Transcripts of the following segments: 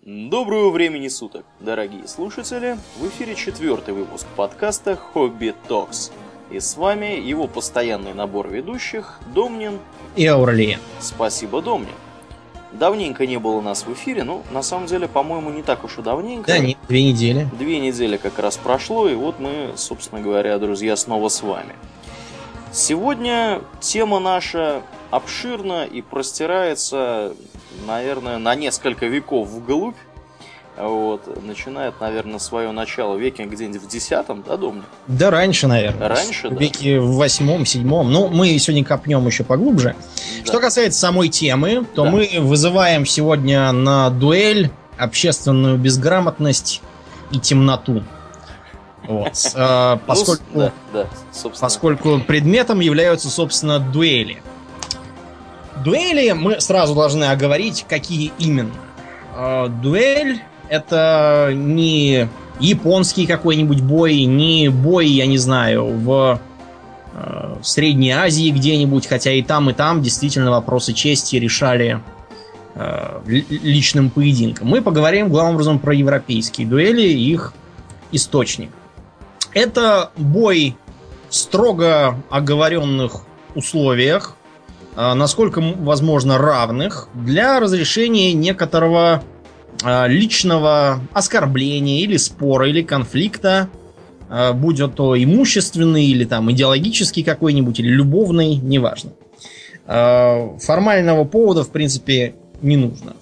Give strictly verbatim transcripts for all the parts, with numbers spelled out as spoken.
Доброго времени суток, дорогие слушатели! В эфире четвертый выпуск подкаста Hobby Talks. И с вами его постоянный набор ведущих Домнин и Ауралия. Спасибо, Домнин. Давненько не было нас в эфире, ну, на самом деле, по-моему, не так уж и давненько. Да нет, две недели. Две недели как раз прошло, и вот мы, собственно говоря, друзья, снова с вами. Сегодня тема наша обширна и простирается, наверное, на несколько веков вглубь. Вот. Начинает, наверное, свое начало в веке где-нибудь в десятом, да, Домнин? Да раньше, наверное. Раньше, в да. веке в восьмом, седьмом. Ну, мы сегодня копнем еще поглубже. Да. Что касается самой темы, то да. мы вызываем сегодня на дуэль общественную безграмотность и темноту. Вот. Поскольку, ну, да, да, поскольку предметом являются, собственно, дуэли. Дуэли мы сразу должны оговорить, какие именно. Дуэль — это не японский какой-нибудь бой, не бой, я не знаю, в, в Средней Азии где-нибудь, хотя и там, и там действительно вопросы чести решали э, личным поединком. Мы поговорим главным образом про европейские дуэли и их источник. Это бой в строго оговоренных условиях, насколько возможно равных, для разрешения некоторого личного оскорбления или спора, или конфликта, будь то имущественный, или там идеологический какой-нибудь, или любовный, неважно. Формального повода, в принципе, не нужно.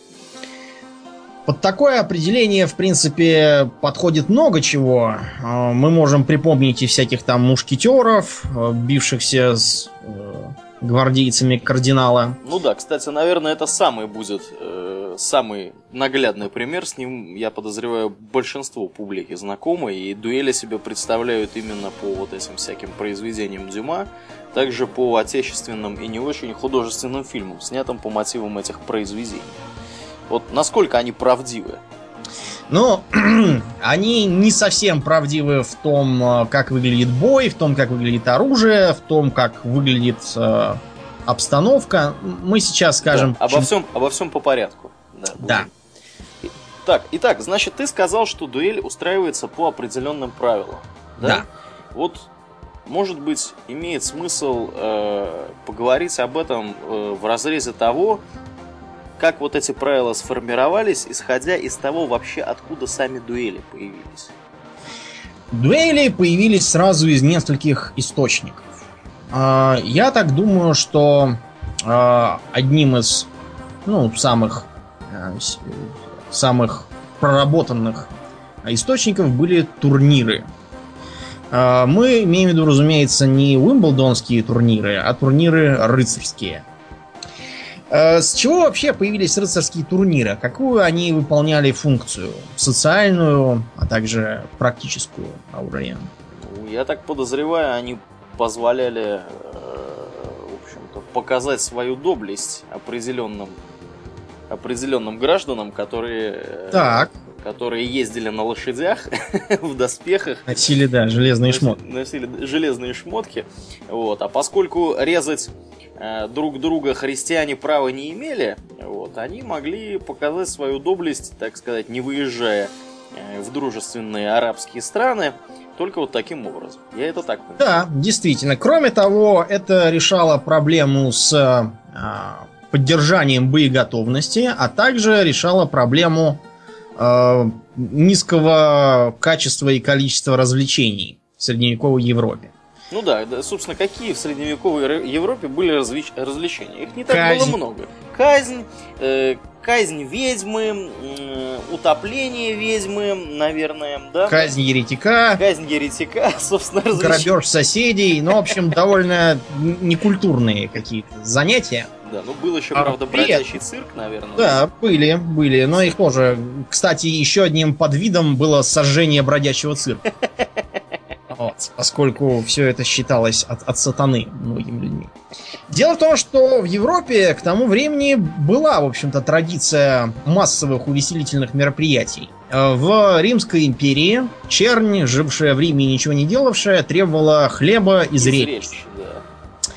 Под такое определение, в принципе, подходит много чего. Мы можем припомнить и всяких там мушкетеров, бившихся с гвардейцами кардинала. Ну да, кстати, наверное, это самый будет э, самый наглядный пример. С ним, я подозреваю, большинство публики знакомы, и дуэли себе представляют именно по вот этим всяким произведениям Дюма, также по отечественным и не очень художественным фильмам, снятым по мотивам этих произведений. Вот насколько они правдивы? Ну, они не совсем правдивы в том, как выглядит бой, в том, как выглядит оружие, в том, как выглядит э, обстановка. Мы сейчас скажем... Да, обо, чем... всем, обо всем по порядку. Да. да. Так, итак, значит, ты сказал, что дуэль устраивается по определенным правилам. Да. да. Вот, может быть, имеет смысл э, поговорить об этом э, в разрезе того, как вот эти правила сформировались, исходя из того вообще, откуда сами дуэли появились? Дуэли появились сразу из нескольких источников. Я так думаю, что одним из ну, самых, самых проработанных источников были турниры. Мы имеем в виду, разумеется, не уимблдонские турниры, а турниры рыцарские. С чего вообще появились рыцарские турниры? Какую они выполняли функцию? Социальную, а также практическую, Ауралия? Я так подозреваю, они позволяли, в общем-то, показать свою доблесть определенным, определенным гражданам, которые, так. которые ездили на лошадях, в доспехах. Носили, да, железные шмотки. Носили железные шмотки. Вот. А поскольку резать друг друга христиане права не имели, вот, они могли показать свою доблесть, так сказать, не выезжая в дружественные арабские страны, только вот таким образом. Я это так понимаю. Да, действительно. Кроме того, это решало проблему с а, поддержанием боеготовности, а также решало проблему а, низкого качества и количества развлечений в средневековой Европе. Ну да, да, собственно, какие в средневековой Европе были развлеч... развлечения? Их не так казнь. было много. Казнь, э, казнь ведьмы, э, утопление ведьмы, наверное, да? Казнь еретика. Казнь еретика, собственно, развлечения. Грабеж соседей. Ну, в общем, довольно некультурные какие-то занятия. Да, ну был еще, правда, бродячий цирк, наверное. Да, были, были, но их тоже. Кстати, еще одним подвидом было сожжение бродячего цирка. Вот, поскольку все это считалось от, от сатаны многими людьми. Дело в том, что в Европе к тому времени была, в общем-то, традиция массовых увеселительных мероприятий. В Римской империи чернь, жившая в Риме и ничего не делавшая, требовала хлеба и зрелищ.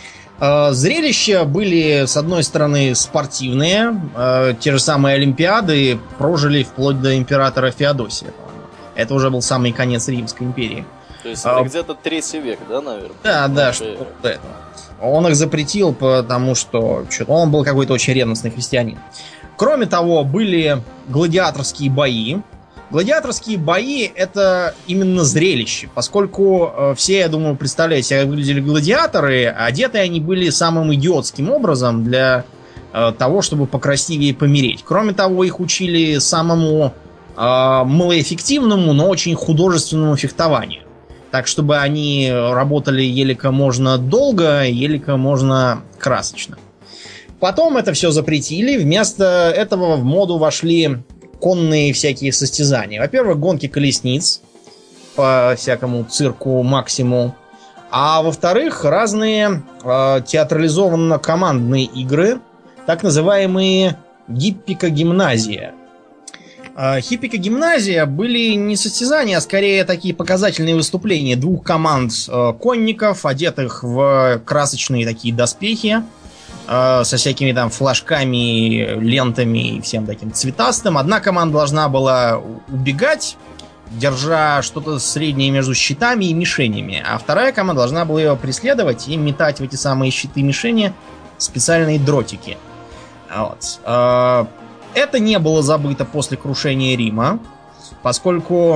Зрелища были, с одной стороны, спортивные. Те же самые Олимпиады прожили вплоть до императора Феодосия. Это уже был самый конец Римской империи. То есть это а, где-то третий век, да, наверное? Да, да, что это. Он их запретил, потому что, что он был какой-то очень ревностный христианин. Кроме того, были гладиаторские бои. Гладиаторские бои — это именно зрелище, поскольку э, все, я думаю, представляете себе, как выглядели гладиаторы, одеты они были самым идиотским образом для э, того, чтобы покрасивее помереть. Кроме того, их учили самому э, малоэффективному, но очень художественному фехтованию. Так, чтобы они работали елико можно долго, елико можно красочно. Потом это все запретили, вместо этого в моду вошли конные всякие состязания. Во-первых, гонки колесниц по всякому цирку Максиму. А во-вторых, разные э, театрализованно-командные игры, так называемые гиппико-гимназия. Э, Хиппико-гимназия были не состязания, а скорее такие показательные выступления двух команд э, конников, одетых в красочные такие доспехи, со всякими там флажками, лентами и всем таким цветастым. Одна команда должна была убегать, держа что-то среднее между щитами и мишенями, а вторая команда должна была ее преследовать и метать в эти самые щиты и мишени специальные дротики. Вот. Это не было забыто после крушения Рима, поскольку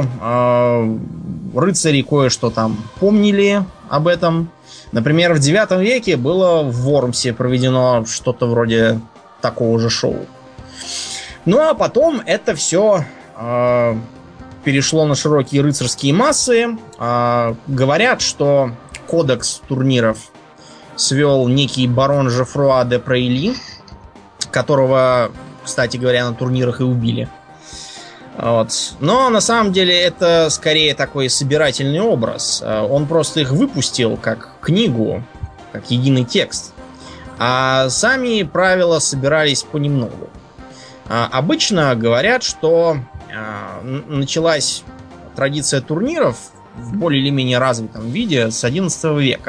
рыцари кое-что там помнили об этом. Например, в девятом веке было в Вормсе проведено что-то вроде такого же шоу. Ну а потом это все э, перешло на широкие рыцарские массы. Э, говорят, что кодекс турниров свел некий барон Жефруа де Прейли, которого, кстати говоря, на турнирах и убили. Вот. Но на самом деле это скорее такой собирательный образ. Он просто их выпустил как книгу, как единый текст. А сами правила собирались понемногу. А обычно говорят, что а, началась традиция турниров в более или менее развитом виде с одиннадцатого века.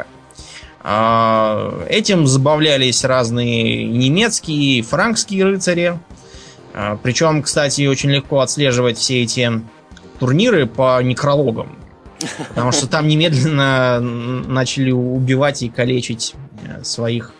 А, этим забавлялись разные немецкие и франкские рыцари. Причем, кстати, очень легко отслеживать все эти турниры по некрологам. Потому что там немедленно начали убивать и калечить своих,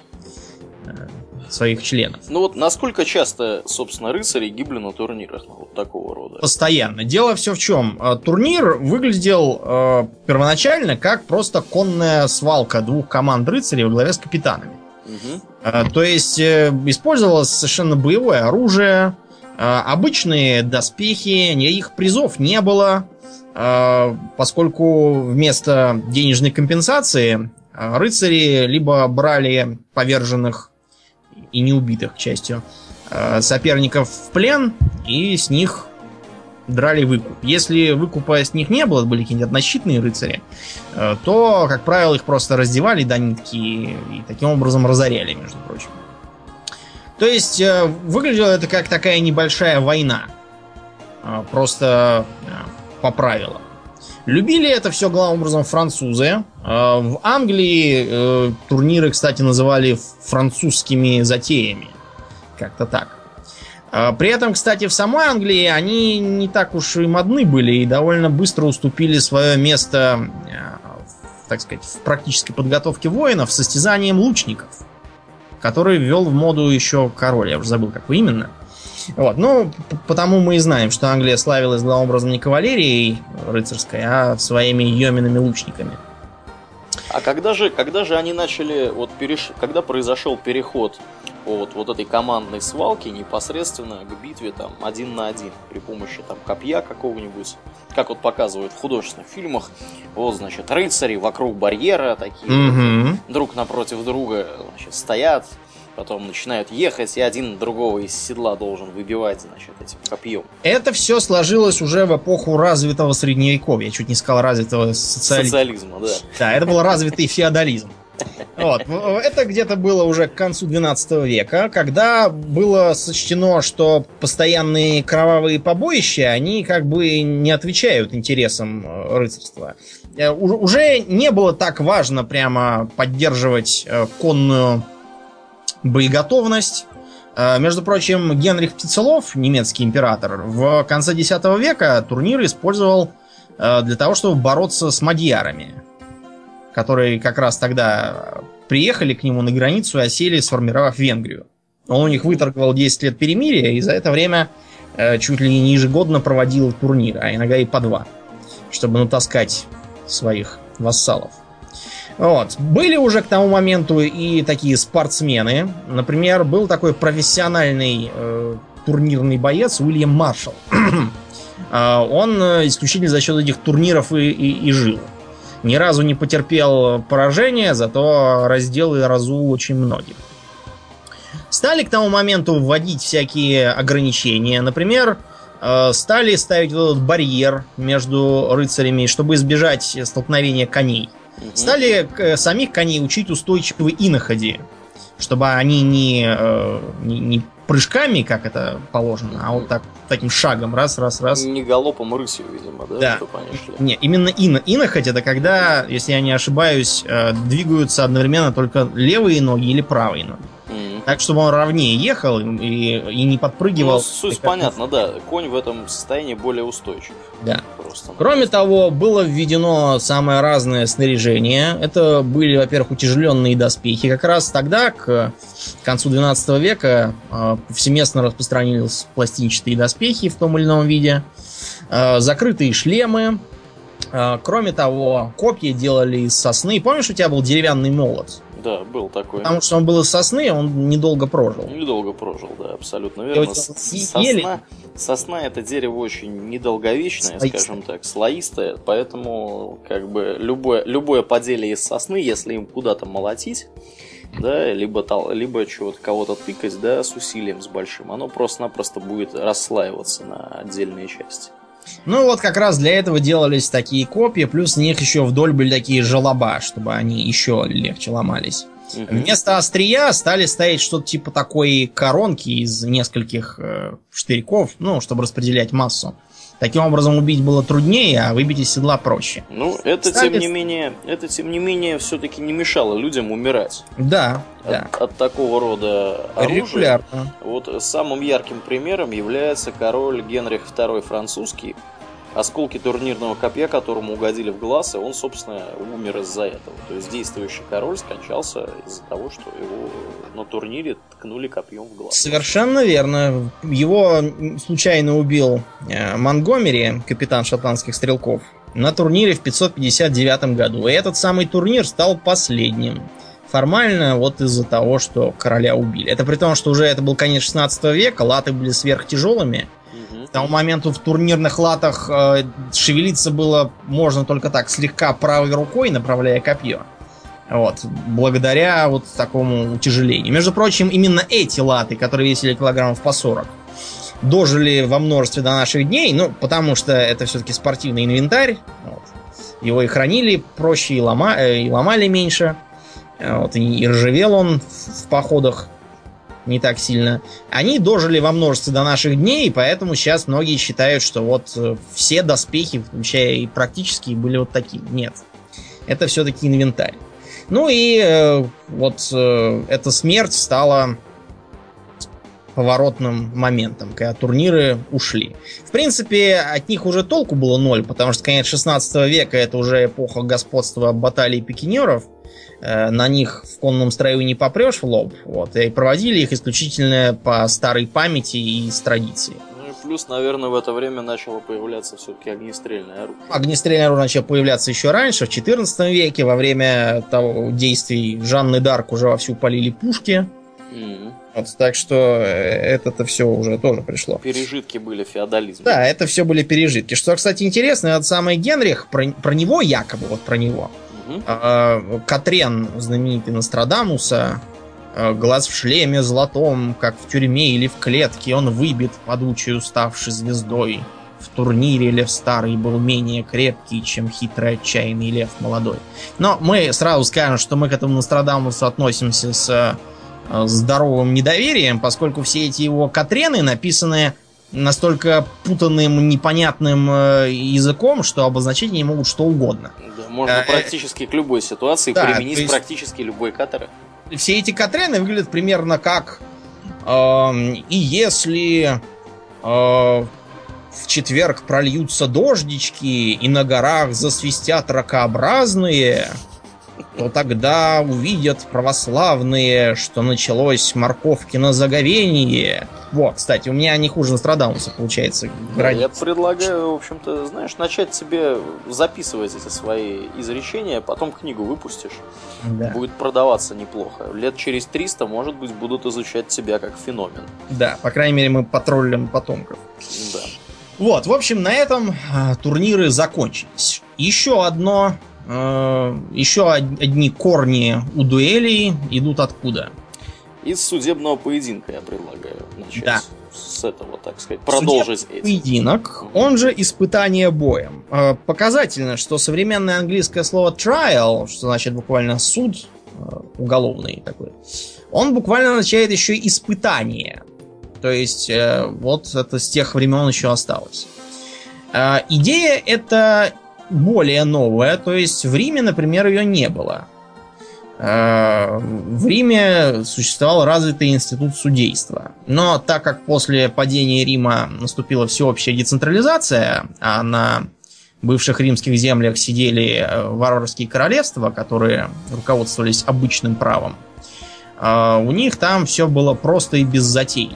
своих членов. Ну вот насколько часто, собственно, рыцари гибли на турнирах вот такого рода? Постоянно. Дело все в чем. Турнир выглядел э, первоначально как просто конная свалка двух команд рыцарей во главе с капитанами. Угу. То есть э, использовалось совершенно боевое оружие, э, обычные доспехи, никаких призов не было, э, поскольку вместо денежной компенсации э, рыцари либо брали поверженных и неубитых, к счастью, э, соперников в плен и с них драли выкуп. Если выкупа с них не было, были какие-нибудь однощитные рыцари, то, как правило, их просто раздевали до нитки и таким образом разоряли, между прочим. То есть выглядело это как такая небольшая война. Просто по правилам. Любили это все главным образом французы. В Англии турниры, кстати, называли французскими затеями. Как-то так. При этом, кстати, в самой Англии они не так уж и модны были и довольно быстро уступили свое место, так сказать, в практической подготовке воинов состязанием лучников, который ввел в моду еще король. Я уже забыл, какой именно. Вот. Ну, потому мы и знаем, что Англия славилась главным образом не кавалерией рыцарской, а своими йоминами лучниками. А когда же, когда же они начали, вот переш... когда произошел переход от вот этой командной свалки непосредственно к битве там один на один при помощи там копья какого-нибудь, как вот показывают в художественных фильмах, вот, значит, рыцари вокруг барьера такие, mm-hmm. друг напротив друга, значит, стоят, потом начинают ехать, и один другого из седла должен выбивать, значит, этим копьем. Это все сложилось уже в эпоху развитого средневековья. Я чуть не сказал развитого социализма. Социализма, да. Да, это был развитый феодализм. Вот. Это где-то было уже к концу двенадцатого века, когда было сочтено, что постоянные кровавые побоища, они как бы не отвечают интересам рыцарства. уже не было так важно прямо поддерживать конную боеготовность. Между прочим, Генрих Птицелов, немецкий император, в конце десятого века турниры использовал для того, чтобы бороться с мадьярами, которые как раз тогда приехали к нему на границу и осели, сформировав Венгрию. Он у них выторговал десять лет перемирия, и за это время чуть ли не ежегодно проводил турниры, а иногда и по два, чтобы натаскать своих вассалов. Вот. Были уже к тому моменту и такие спортсмены. Например, был такой профессиональный э, турнирный боец Уильям Маршалл. Он исключительно за счет этих турниров и, и, и жил. Ни разу не потерпел поражения, зато раздел и разул очень многих. Стали к тому моменту вводить всякие ограничения. Например, э, стали ставить вот этот барьер между рыцарями, чтобы избежать столкновения коней. Стали э, самих коней учить устойчивой иноходи, чтобы они не, э, не, не прыжками, как это положено, а вот так, таким шагом, раз, раз, раз. Не галопом, рысью, видимо, да? Да. Чтобы они шли. Не, именно ино, иноходь это когда, если я не ошибаюсь, э, двигаются одновременно только левые ноги или правые ноги. Mm-hmm. Так, чтобы он ровнее ехал и, и не подпрыгивал. Ну, суть понятна, да. Конь в этом состоянии более устойчив. Да. Просто. Кроме того, было введено самое разное снаряжение. Это были, во-первых, утяжеленные доспехи. Как раз тогда, к концу двенадцатого века, повсеместно распространились пластинчатые доспехи в том или ином виде. Закрытые шлемы. Кроме того, копья делали из сосны. Помнишь, у тебя был деревянный молот? Да, был такой. Потому что он был из сосны, он недолго прожил. Недолго прожил, да, абсолютно верно. Сосна, сосна это дерево очень недолговечное, слоистое, скажем так, слоистое, поэтому как бы любое, любое поделие из сосны, если им куда-то молотить, да, либо, либо чего-то кого-то тыкать, да, с усилием, с большим, оно просто-напросто будет расслаиваться на отдельные части. Ну вот как раз для этого делались такие копья, плюс в них еще вдоль были такие желоба, чтобы они еще легче ломались. Угу. Вместо острия стали ставить что-то типа такой коронки из нескольких э, штырьков, ну, чтобы распределять массу. Таким образом убить было труднее, а выбить из седла проще. Ну, это Стали... тем не менее, это тем не менее все-таки не мешало людям умирать. Да, от, да. От такого рода оружия. Регулярно. Вот самым ярким примером является король Генрих второй французский. Осколки турнирного копья, которому угодили в глаз, и он, собственно, умер из-за этого. То есть действующий король скончался из-за того, что его на турнире ткнули копьем в глаз. Совершенно верно. Его случайно убил Монгомери, капитан шотландских стрелков, на турнире в пятьсот пятьдесят девятом году. И этот самый турнир стал последним. Формально вот из-за того, что короля убили. Это при том, что уже это был конец шестнадцатого века, латы были сверхтяжелыми. К тому моменту в турнирных латах э, шевелиться было можно только так, слегка правой рукой, направляя копье. Вот, благодаря вот такому утяжелению. Между прочим, именно эти латы, которые весили килограммов по сорок, дожили во множестве до наших дней, ну, потому что это все-таки спортивный инвентарь. Вот. Его и хранили проще, и, лома, э, и ломали меньше. Вот, и, и ржавел он в, в походах не так сильно. Они дожили во множестве до наших дней, и поэтому сейчас многие считают, что вот все доспехи, включая и практические, были вот такие. Нет. Это все-таки инвентарь. Ну и э, вот э, эта смерть стала поворотным моментом, когда турниры ушли. В принципе, от них уже толку было ноль, потому что конец шестнадцатого века это уже эпоха господства баталий пикинеров. На них в конном строю не попрешь в лоб. Вот, и проводили их исключительно по старой памяти и с традиции. Ну и плюс, наверное, в это время начало появляться все-таки огнестрельное оружие. Огнестрельное оружие начало появляться еще раньше, в четырнадцатом веке. Во время того действий Жанны д'Арк уже вовсю полили пушки. Mm-hmm. Вот, так что это-то все уже тоже пришло. Пережитки были феодализма. Да, это все были пережитки. Что, кстати, интересно, этот самый Генрих, про, про него якобы, вот про него, Катрен, знаменитый Нострадамуса, глаз в шлеме золотом, как в тюрьме или в клетке, он выбит подучую ставшей звездой. В турнире лев старый был менее крепкий, чем хитрый отчаянный лев молодой. Но мы сразу скажем, что мы к этому Нострадамусу относимся с здоровым недоверием, поскольку все эти его Катрены написаны настолько путанным, непонятным языком, что обозначить они могут что угодно. Да, можно практически к любой ситуации да, применить есть... практически любой катрен. Все эти катрены выглядят примерно как э, и если э, в четверг прольются дождички и на горах засвистят ракообразные, то тогда увидят православные, что началось морковкино заговение. Вот, кстати, у меня не хуже Нострадамуса получается. Да, я предлагаю, в общем-то, знаешь, начать себе записывать эти свои изречения, потом книгу выпустишь. Да. Будет продаваться неплохо. Лет через триста, может быть, будут изучать тебя как феномен. Да, по крайней мере, мы потроллим потомков. Да. Вот, в общем, на этом э, турниры закончились. Еще одно... Еще одни корни у дуэлей идут откуда? Из судебного поединка, я предлагаю начать. Да. С этого, так сказать, продолжить этим. Поединок, он же испытание боем. Показательно, что современное английское слово trial, что значит буквально суд уголовный такой, он буквально означает еще испытание. То есть, вот это с тех времен еще осталось. Идея это более новая, то есть в Риме, например, ее не было. В Риме существовал развитый институт судейства. Но так как после падения Рима наступила всеобщая децентрализация, а на бывших римских землях сидели варварские королевства, которые руководствовались обычным правом, у них там все было просто и без затей.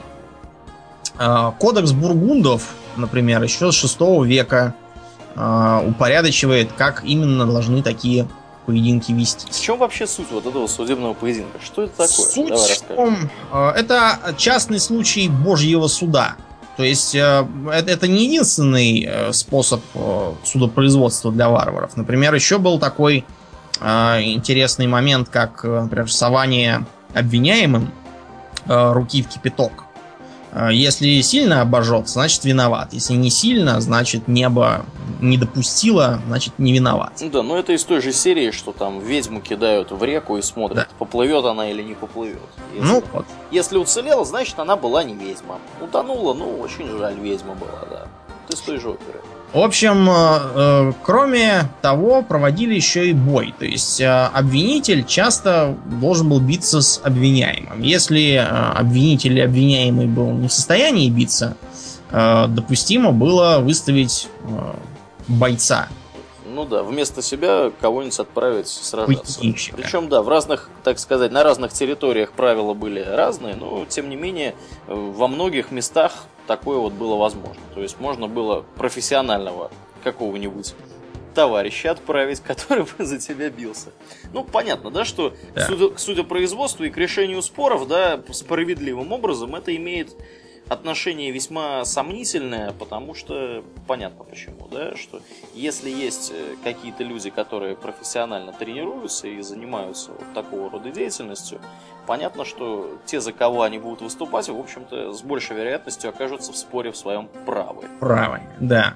Кодекс бургундов, например, еще с шестого века упорядочивает, как именно должны такие поединки вести. В чем вообще суть вот этого судебного поединка? Что это такое? Суть Давай в том, это частный случай Божьего суда. То есть это не единственный способ судопроизводства для варваров. Например, еще был такой интересный момент, как, например, сование обвиняемым руки в кипяток. Если сильно обожжется, значит виноват. Если не сильно, значит небо не допустило, значит не виноват. Да, но это из той же серии, что там ведьму кидают в реку и смотрят, да. поплывет она или не поплывет. Если, ну вот. Если уцелела, значит она была не ведьма. Утонула, ну очень жаль, ведьма была, да. Это из той же оперы. В общем, э, кроме того, проводили еще и бой. То есть э, обвинитель часто должен был биться с обвиняемым. Если э, обвинитель или обвиняемый был не в состоянии биться, э, допустимо было выставить э, бойца. Ну да, вместо себя кого-нибудь отправить сражаться. Причем, да, в разных, так сказать, на разных территориях правила были разные, но, тем не менее, во многих местах такое вот было возможно. То есть можно было профессионального какого-нибудь товарища отправить, который бы за тебя бился. Ну, понятно, да, что да. Судя, к судопроизводству и к решению споров, да, справедливым образом это имеет отношение весьма сомнительное, потому что понятно почему, да, что если есть какие-то люди, которые профессионально тренируются и занимаются вот такого рода деятельностью, понятно, что те, за кого они будут выступать, в общем-то, с большей вероятностью окажутся в споре в своем праве. Правы, да.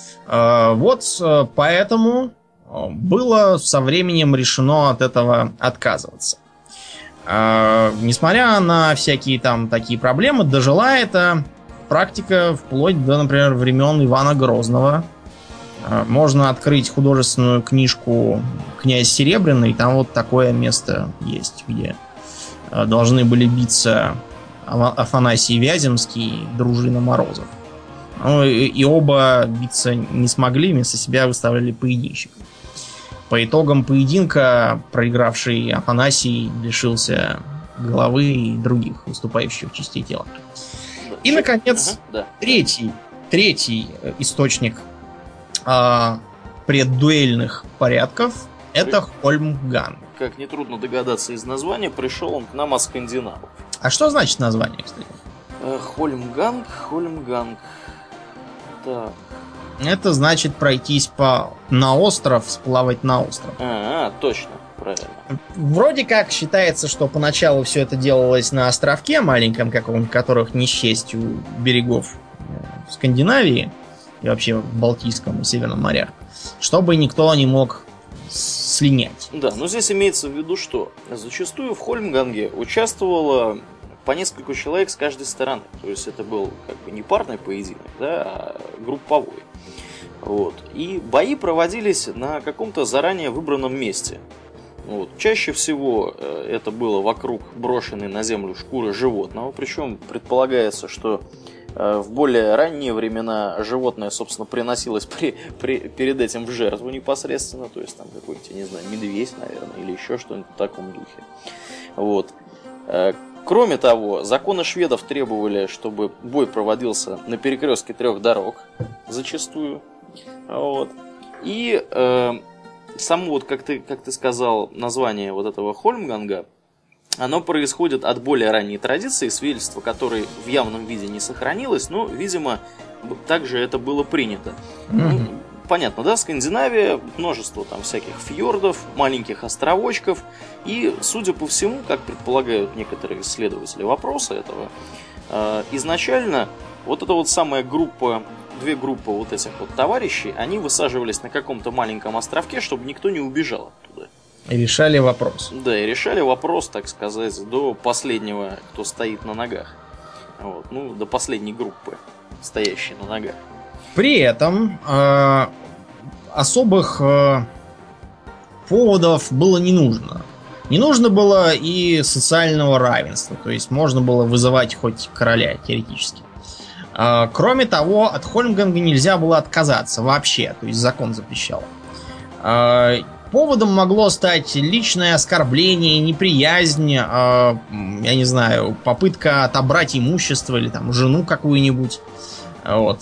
Вот поэтому было со временем решено от этого отказываться. Uh, несмотря на всякие там такие проблемы, дожила эта практика вплоть до, например, времен Ивана Грозного. Uh, можно открыть художественную книжку «Князь Серебряный», там вот такое место есть, где uh, должны были биться Афанасий Вяземский и дружина Морозов. Ну, и, и оба биться не смогли, вместо себя выставляли поединщиков. По итогам поединка проигравший Афанасий лишился головы и других выступающих частей тела. И, наконец, ага, да. третий, третий источник а, преддуэльных порядков — это Хольмганг. Как нетрудно догадаться из названия, пришел он к нам от скандинавов. А что значит название, кстати? Хольмганг, Хольмганг. Так... Это значит пройтись по... на остров, сплавать на остров. А, точно, правильно. Вроде как считается, что поначалу все это делалось на островке маленьком каком-нибудь, которых не счесть у берегов Скандинавии и вообще в Балтийском и Северном морях, чтобы никто не мог слинять. Да, но здесь имеется в виду, что зачастую в Хольмганге участвовало по несколько человек с каждой стороны. То есть это был как бы не парный поединок, да, а групповой. Вот. И бои проводились на каком-то заранее выбранном месте. Вот. Чаще всего это было вокруг брошенной на землю шкуры животного. Причем предполагается, что в более ранние времена животное, собственно, приносилось при, при, перед этим в жертву непосредственно. То есть там какой-нибудь, я не знаю, медведь, наверное, или еще что-нибудь в таком духе. Вот. Кроме того, законы шведов требовали, чтобы бой проводился на перекрестке трех дорог, зачастую. Вот. И э, само, вот, как ты, как ты сказал, название вот этого Хольмганга, оно происходит от более ранней традиции, свидетельство которой в явном виде не сохранилось, но, видимо, также это было принято. Mm-hmm. Ну, понятно, да, Скандинавия, множество там всяких фьордов, маленьких островочков, и, судя по всему, как предполагают некоторые исследователи вопроса этого, э, изначально вот эта вот самая группа, две группы вот этих вот товарищей, они высаживались на каком-то маленьком островке, чтобы никто не убежал оттуда. И решали вопрос. Да, и решали вопрос, так сказать, до последнего, кто стоит на ногах. Вот, ну, до последней группы, стоящей на ногах. При этом э, особых э, поводов было не нужно. Не нужно было и социального равенства. То есть можно было вызывать хоть короля, теоретически. Э, кроме того, от Хольмганга нельзя было отказаться вообще. То есть закон запрещал. Э, поводом могло стать личное оскорбление, неприязнь, э, я не знаю, попытка отобрать имущество или там жену какую-нибудь. Вот.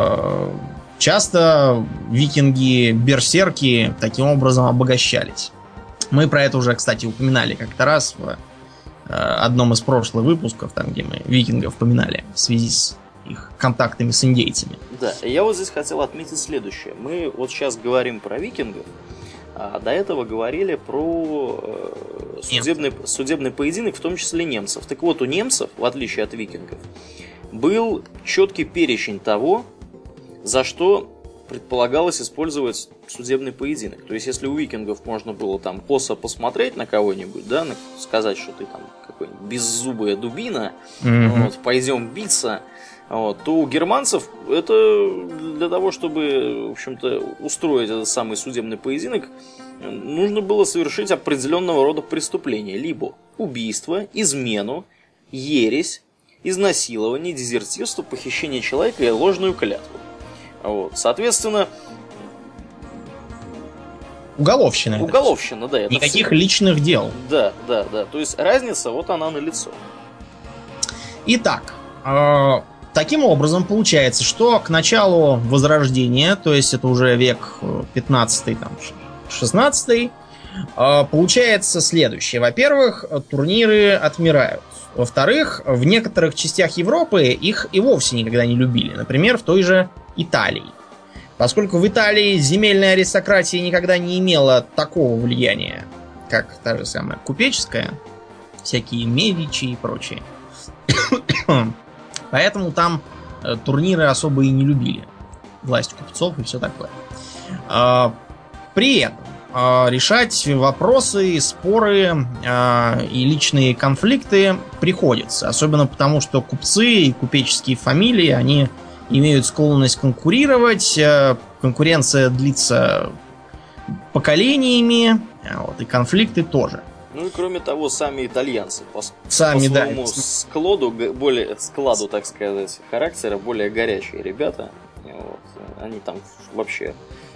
Часто викинги-берсерки таким образом обогащались. Мы про это уже, кстати, упоминали как-то раз в одном из прошлых выпусков, там, где мы викингов поминали в связи с их контактами с индейцами. Да, я вот здесь хотел отметить следующее. Мы вот сейчас говорим про викингов, а до этого говорили про судебный, судебный поединок, в том числе немцев. Так вот, у немцев, в отличие от викингов, был четкий перечень того, за что предполагалось использовать судебный поединок. То есть, если у викингов можно было там косо посмотреть на кого-нибудь, да, сказать, что ты там какой-нибудь беззубая дубина, mm-hmm. вот, пойдем биться, вот, то у германцев это для того, чтобы, в общем-то, устроить этот самый судебный поединок, нужно было совершить определенного рода преступление. Либо убийство, измену, ересь, изнасилование, дезертирство, похищение человека и ложную клятву. Вот. Соответственно, уголовщина. Уголовщина, да. Это никаких все... личных дел. Да, да, да. То есть разница, вот она налицо. Итак, э, таким образом получается, что к началу Возрождения, то есть это уже век пятнадцатый, там, шестнадцатый, э, получается следующее. Во-первых, турниры отмирают. Во-вторых, в некоторых частях Европы их и вовсе никогда не любили. Например, в той же Италии. Поскольку в Италии земельная аристократия никогда не имела такого влияния, как та же самая купеческая, всякие Медичи и прочее. Поэтому там турниры особо и не любили. Власть купцов и все такое. При этом решать вопросы, споры э, и личные конфликты приходится. Особенно потому, что купцы и купеческие фамилии, они имеют склонность конкурировать. Э, конкуренция длится поколениями, вот, и конфликты тоже. Ну и кроме того, сами итальянцы по, сами, по своему да. складу, более, складу, так сказать, характера, более горячие ребята. Вот, они там вообще...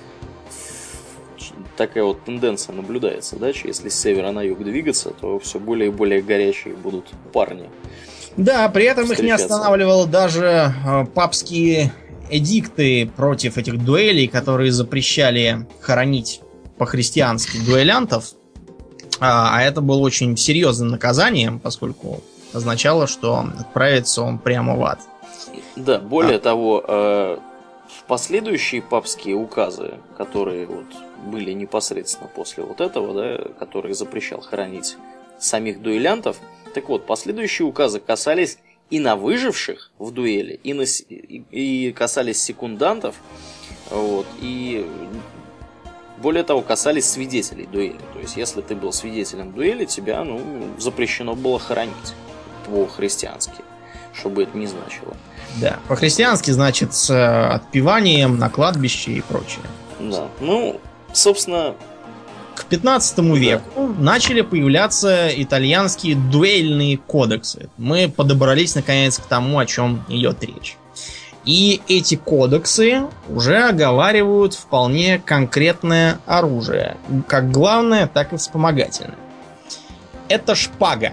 Такая вот тенденция наблюдается, да, что если с севера на юг двигаться, то все более и более горячие будут парни. Да, при этом их не останавливало даже э, папские эдикты против этих дуэлей, которые запрещали хоронить по-христиански дуэлянтов. А, а это было очень серьезным наказанием, поскольку означало, что отправится он прямо в ад. Да, более а. того, э, последующие папские указы, которые вот были непосредственно после вот этого, да, который запрещал хоронить самих дуэлянтов. Так вот, последующие указы касались и на выживших в дуэли, и, на, и, и касались секундантов, вот, и более того, касались свидетелей дуэли. То есть, если ты был свидетелем дуэли, тебя, ну, запрещено было хоронить по-христиански, чтобы это не значило. Да, по-христиански значит с отпеванием на кладбище и прочее. Да, ну, собственно... К пятнадцатому веку да. начали появляться итальянские дуэльные кодексы. Мы подобрались, наконец, к тому, о чем идет речь. И эти кодексы уже оговаривают вполне конкретное оружие. Как главное, так и вспомогательное. Это шпага.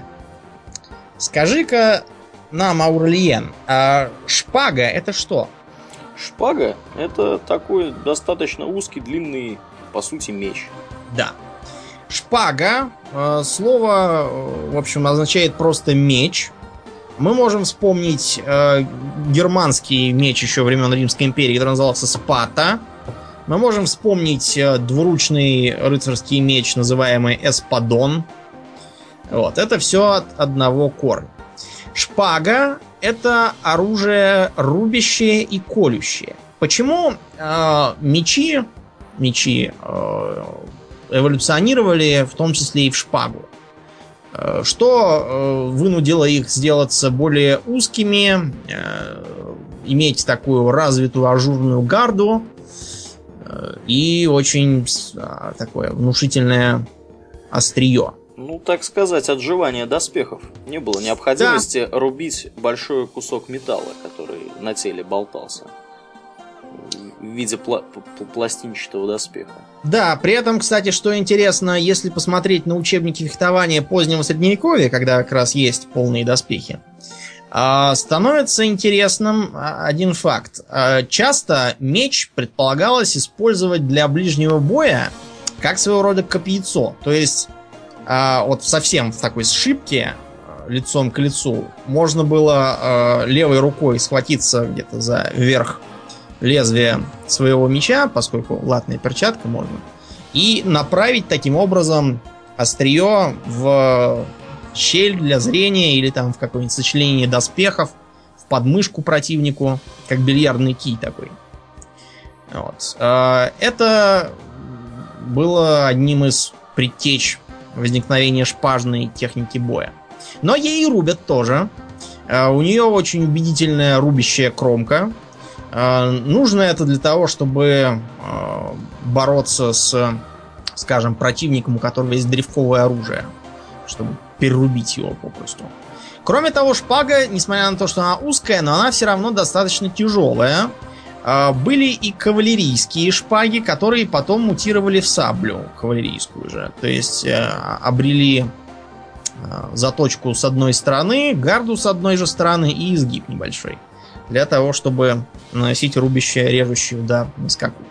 Скажи-ка нам, Аурлиен, а шпага это что? Шпага это такой достаточно узкий, длинный, по сути, меч. Да. Шпага, э, слово, в общем, означает просто меч. Мы можем вспомнить э, германский меч еще времен Римской империи, который назывался спата. Мы можем вспомнить э, двуручный рыцарский меч, называемый эспадон. Вот, это все от одного корня. Шпага — это оружие рубящее и колющее. Почему э, мечи, мечи э, эволюционировали в том числе и в шпагу? Э, что э, вынудило их сделаться более узкими, э, иметь такую развитую ажурную гарду э, и очень э, такое внушительное острие? Ну, так сказать, отживание доспехов. Не было необходимости да. рубить большой кусок металла, который на теле болтался в виде пла- пластинчатого доспеха. Да, при этом, кстати, что интересно, если посмотреть на учебники фехтования позднего средневековья, когда как раз есть полные доспехи, становится интересным один факт. Часто меч предполагалось использовать для ближнего боя как своего рода копьецо. То есть А, вот совсем в такой сшибке лицом к лицу можно было э, левой рукой схватиться где-то за верх лезвия своего меча, поскольку латная перчатка можно, и направить таким образом острие в щель для зрения или там в какое-нибудь сочленение доспехов, в подмышку противнику, как бильярдный кий такой. Вот. Э, это было одним из предтеч возникновение шпажной техники боя. Но ей рубят тоже. У нее очень убедительная рубящая кромка. Нужно это для того, чтобы бороться с, скажем, противником, у которого есть древковое оружие, чтобы перерубить его попросту. Кроме того, шпага, несмотря на то, что она узкая, но она все равно достаточно тяжелая. Были и кавалерийские шпаги, которые потом мутировали в саблю кавалерийскую же. То есть э, обрели э, заточку с одной стороны, гарду с одной же стороны и изгиб небольшой. Для того, чтобы наносить рубящий, режущий удар на скаку.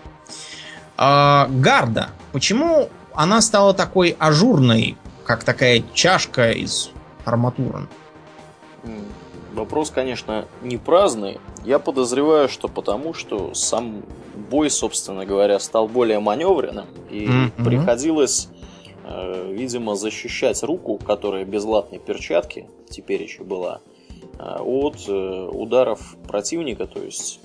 А, гарда. Почему она стала такой ажурной, как такая чашка из арматуры? Вопрос, конечно, не праздный. Я подозреваю, что потому, что сам бой, собственно говоря, стал более маневренным. И mm-hmm. приходилось, э, видимо, защищать руку, которая без латной перчатки теперь еще была, э, от э, ударов противника. То есть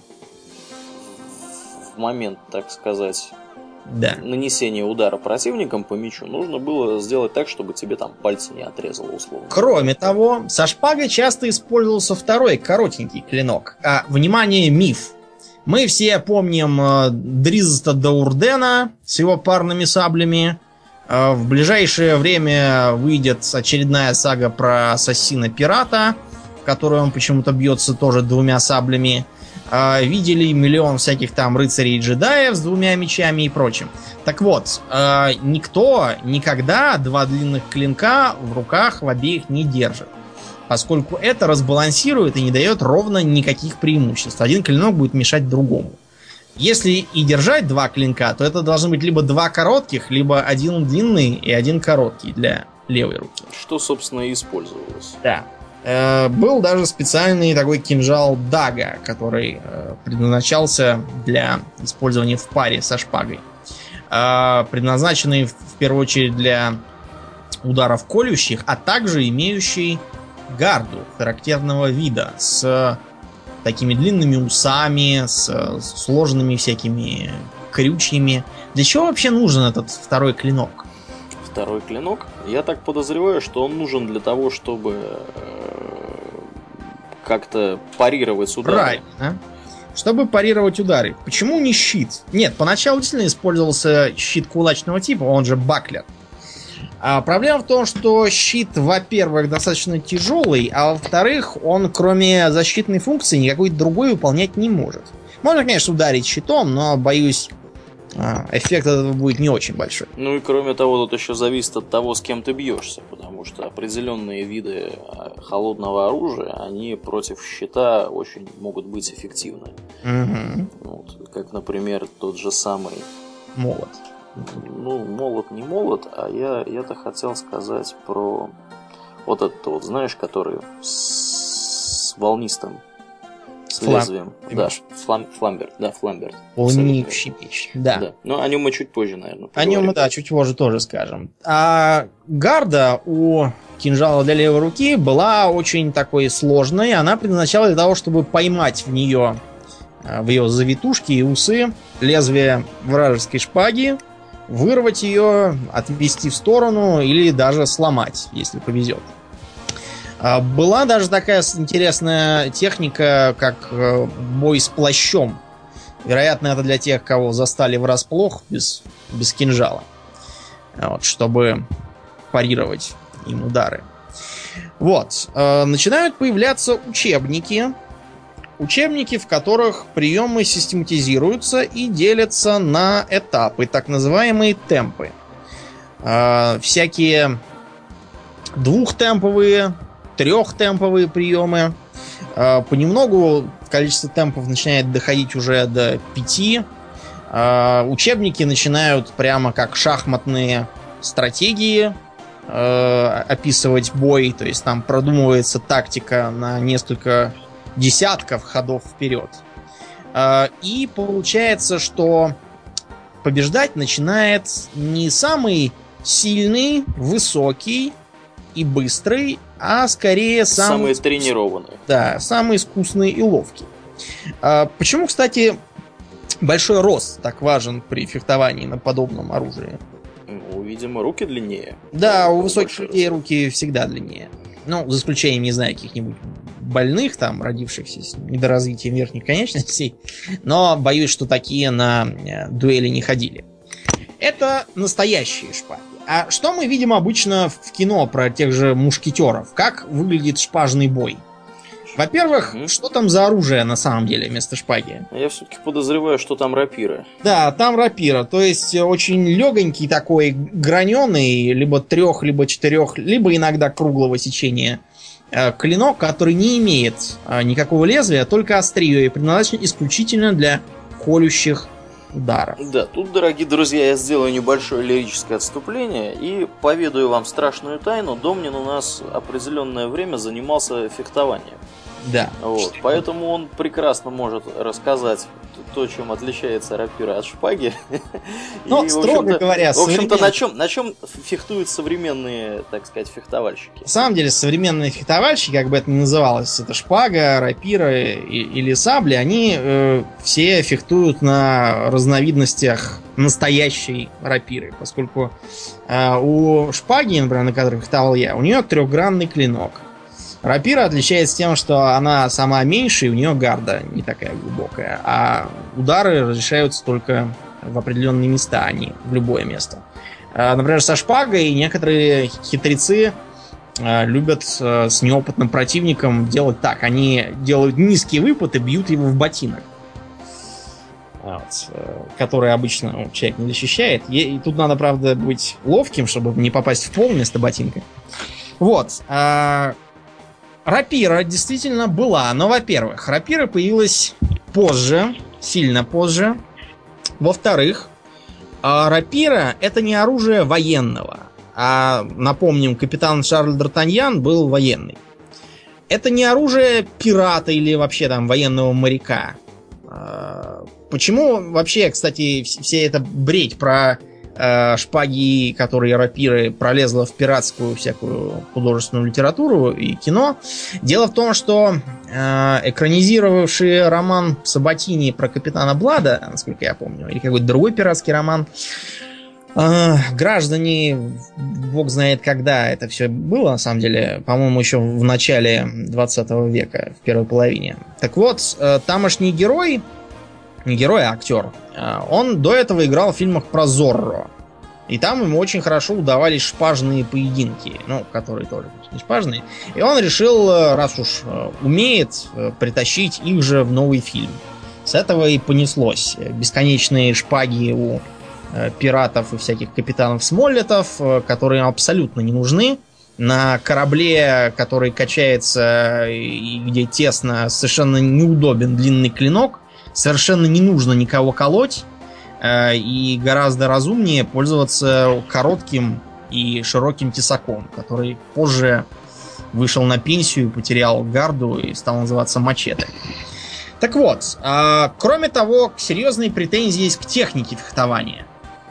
в момент, так сказать, да. нанесения удара противником по мячу нужно было сделать так, чтобы тебе там пальцы не отрезало условно. Кроме того, со шпагой часто использовался второй коротенький клинок. А, внимание, миф. Мы все помним э, Дризоста Даурдена с его парными саблями. Э, в ближайшее время выйдет очередная сага про ассасина-пирата, в которой он почему-то бьется тоже двумя саблями. Uh, видели миллион всяких там рыцарей и джедаев с двумя мечами и прочим. Так вот, uh, никто никогда два длинных клинка в руках в обеих не держит, поскольку это разбалансирует и не дает ровно никаких преимуществ. Один клинок будет мешать другому. Если и держать два клинка, то это должны быть либо два коротких, либо один длинный и один короткий для левой руки. Что, собственно, и использовалось. Да. Был даже специальный такой кинжал дага, который предназначался для использования в паре со шпагой. Предназначенный в первую очередь для ударов колющих, а также имеющий гарду характерного вида с такими длинными усами, с сложными всякими крючьями. Для чего вообще нужен этот второй клинок? Второй клинок? Я так подозреваю, что он нужен для того, чтобы как-то парировать удары. Правильно. Чтобы парировать удары. Почему не щит? Нет, поначалу действительно использовался щит кулачного типа, он же баклер. А проблема в том, что щит, во-первых, достаточно тяжелый, а во-вторых, он кроме защитной функции никакой другой выполнять не может. Можно, конечно, ударить щитом, но, боюсь, эффект этого будет не очень большой. Ну и кроме того, тут еще зависит от того, с кем ты бьешься, потому что определенные виды холодного оружия, они против щита очень могут быть эффективны. Угу. Вот, как, например, тот же самый... молот. Ну, молот не молот, а я, я-то хотел сказать про вот этот вот, знаешь, который с волнистым, с Флам... лезвием. Да, флам... фламберт, да, фламберт. Волнеющий меч, да. да. Но о нем мы чуть позже, наверное, поговорим. О нем мы, да, чуть позже тоже скажем. А гарда у кинжала для левой руки была очень такой сложной. Она предназначалась для того, чтобы поймать в нее, в ее завитушки и усы лезвие вражеской шпаги, вырвать ее, отвести в сторону или даже сломать, если повезет. Была даже такая интересная техника, как бой с плащом. Вероятно, это для тех, кого застали врасплох без, без кинжала. Вот, чтобы парировать им удары. Вот. Начинают появляться учебники. Учебники, в которых приемы систематизируются и делятся на этапы, так называемые темпы. Э, всякие двухтемповые, трехтемповые приемы. Э, понемногу количество темпов начинает доходить уже до пяти. Э, учебники начинают прямо как шахматные стратегии э, описывать бой. То есть там продумывается тактика на несколько десятков ходов вперед. И получается, что побеждать начинает не самый сильный, высокий и быстрый, а скорее самый... Самый тренированный. Да, самый искусный и ловкий. Почему, кстати, большой рост так важен при фехтовании на подобном оружии? Ну, видимо, руки длиннее. Да, у высоких людей руки всегда длиннее. Ну, за исключением, не знаю, каких-нибудь больных, там, родившихся с недоразвитием верхних конечностей. Но боюсь, что такие на дуэли не ходили. Это настоящие шпаги. А что мы видим обычно в кино про тех же мушкетеров? Как выглядит шпажный бой? Во-первых, mm-hmm. что там за оружие на самом деле вместо шпаги? Я все-таки подозреваю, что там рапира. Да, там рапира. То есть очень легонький такой, граненый, либо трех, либо четырех, либо иногда круглого сечения э, клинок, который не имеет э, никакого лезвия, только острие, и предназначен исключительно для колющих ударов. Да, тут, дорогие друзья, я сделаю небольшое лирическое отступление и поведаю вам страшную тайну. Домнин у нас определенное время занимался фехтованием. Да. Вот, поэтому он прекрасно может рассказать то, чем отличается рапира от шпаги. Но, и, строго говоря, в общем-то, на чем, на чем фехтуют современные, так сказать, фехтовальщики? На самом деле, современные фехтовальщики, как бы это ни называлось, это шпага, рапира и, или сабли, они э, все фехтуют на разновидностях настоящей рапиры, поскольку э, у шпаги, например, на которой фехтовал я, у нее трехгранный клинок. Рапира отличается тем, что она сама меньше, и у нее гарда не такая глубокая, а удары разрешаются только в определенные места, а не в любое место. Например, со шпагой некоторые хитрецы любят с неопытным противником делать так. Они делают низкий выпад и бьют его в ботинок, вот, который обычно ну, человек не защищает. И тут надо, правда, быть ловким, чтобы не попасть в пол вместо ботинка. Вот. Рапира действительно была, но, во-первых, рапира появилась позже, сильно позже. Во-вторых, рапира — это не оружие военного. А, напомним, капитан Шарль Д'Артаньян был военный. Это не оружие пирата или вообще там военного моряка. Почему вообще, кстати, вся эта бредь про шпаги, которые рапиры, пролезла в пиратскую всякую художественную литературу и кино? Дело в том, что э, экранизировавший роман Сабатини про капитана Блада, насколько я помню, или какой-то другой пиратский роман, А, граждане, бог знает когда это все было, на самом деле, по-моему, еще в начале двадцатого века, в первой половине. Так вот, тамошний герой, не герой, а актер, он до этого играл в фильмах про Зорро. И там ему очень хорошо удавались шпажные поединки, ну, которые тоже не шпажные. И он решил, раз уж умеет, притащить их же в новый фильм. С этого и понеслось. Бесконечные шпаги у пиратов и всяких капитанов Смоллетов, которые абсолютно не нужны. На корабле, который качается и где тесно, совершенно неудобен длинный клинок. Совершенно не нужно никого колоть. И гораздо разумнее пользоваться коротким и широким тесаком, который позже вышел на пенсию, потерял гарду и стал называться мачете. Так вот, кроме того, серьезные претензии есть к технике фехтования.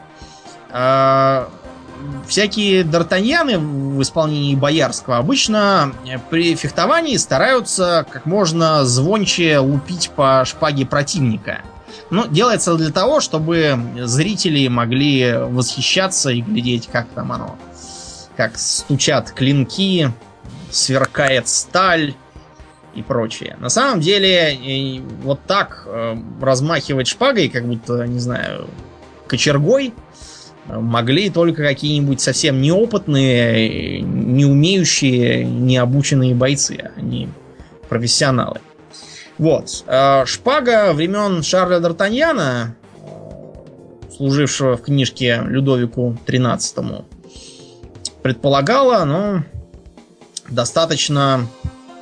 Всякие д'Артаньяны в исполнении Боярского обычно при фехтовании стараются как можно звонче лупить по шпаге противника. Но делается для того, чтобы зрители могли восхищаться и глядеть, как там оно, как стучат клинки, сверкает сталь и прочее. На самом деле, вот так размахивать шпагой, как будто, не знаю, кочергой, могли только какие-нибудь совсем неопытные, не умеющие, необученные бойцы, а не профессионалы. Вот. Шпага времен Шарля д'Артаньяна, служившего в книжке Людовику тринадцатому, предполагала, ну, достаточно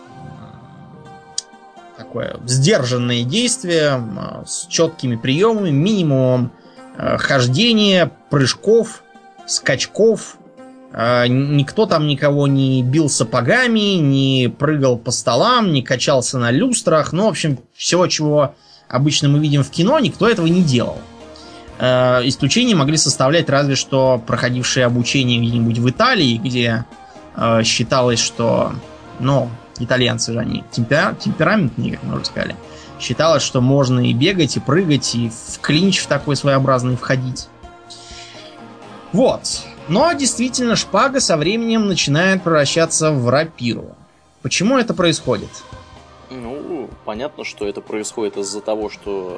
такое сдержанное действие с четкими приемами, минимумом хождения, прыжков, скачков. Никто там никого не бил сапогами, не прыгал по столам, не качался на люстрах. Ну, в общем, всего, чего обычно мы видим в кино, никто этого не делал. Исключения могли составлять разве что проходившие обучение где-нибудь в Италии, где считалось, что, ну, итальянцы же они темпера- темпераментные, как мы уже сказали. Считалось, что можно и бегать, и прыгать, и в клинч в такой своеобразный входить. Вот. Но действительно, шпага со временем начинает превращаться в рапиру. Почему это происходит? Ну, понятно, что это происходит из-за того, что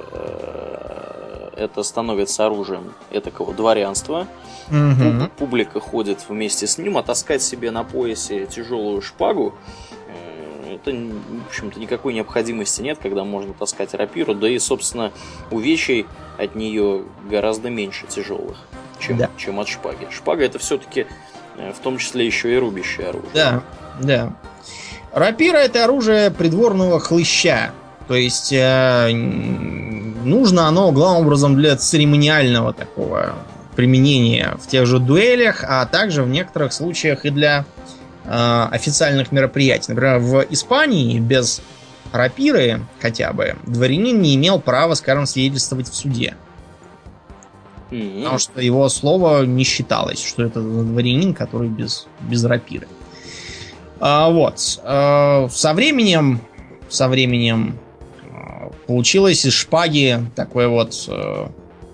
э, это становится оружием этакого дворянства. Угу. Публика ходит вместе с ним, а таскать себе на поясе тяжелую шпагу, э, это, в общем-то, никакой необходимости нет, когда можно таскать рапиру, да и, собственно, увечий от нее гораздо меньше тяжелых. Чем, да. чем от шпаги. Шпага это все-таки в том числе еще и рубящее оружие. Да, да. Рапира это оружие придворного хлыща. То есть э, нужно оно главным образом для церемониального такого применения в тех же дуэлях, а также в некоторых случаях и для э, официальных мероприятий. Например, в Испании без рапиры хотя бы дворянин не имел права, скажем, свидетельствовать в суде. Mm-hmm. Потому что его слово не считалось, что это дворянин, который без, без рапиры. А, вот. А, со временем, со временем а, получилась из шпаги такой вот а,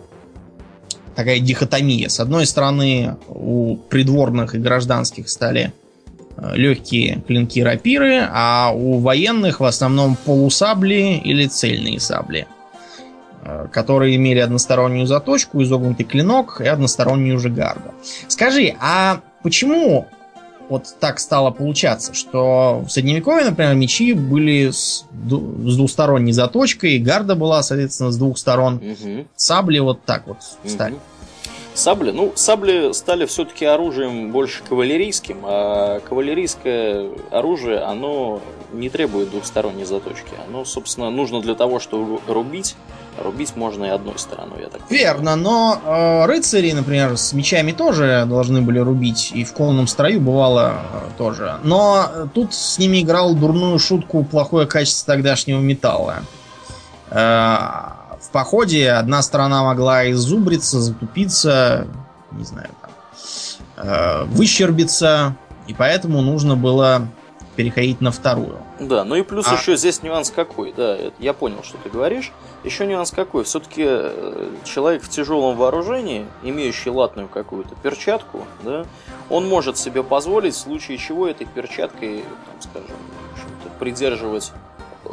такая дихотомия. С одной стороны, у придворных и гражданских стали а, легкие клинки рапиры, а у военных в основном полусабли или цельные сабли, которые имели одностороннюю заточку, изогнутый клинок и одностороннюю же гарду. Скажи, а почему вот так стало получаться, что в Средневековье, например, мечи были с, с двусторонней заточкой, гарда была, соответственно, с двух сторон, угу. Сабли вот так вот стали? Угу. Сабли, ну, сабли стали все-таки оружием больше кавалерийским, а кавалерийское оружие, оно не требует двухсторонней заточки. Оно, собственно, нужно для того, чтобы рубить. Рубить можно и одной стороной, я так понимаю. Верно, но э, рыцари, например, с мечами тоже должны были рубить, и в конном строю бывало э, тоже. Но тут с ними играл дурную шутку плохое качество тогдашнего металла. Э, в походе одна сторона могла иззубриться, затупиться, не знаю, там, э, выщербиться, и поэтому нужно было переходить на вторую. Да, ну и плюс а... еще здесь нюанс какой, да, это, я понял, что ты говоришь. Еще нюанс какой, все-таки человек в тяжелом вооружении, имеющий латную какую-то перчатку, да, он может себе позволить в случае чего этой перчаткой, там, скажем, в общем-то, придерживать э,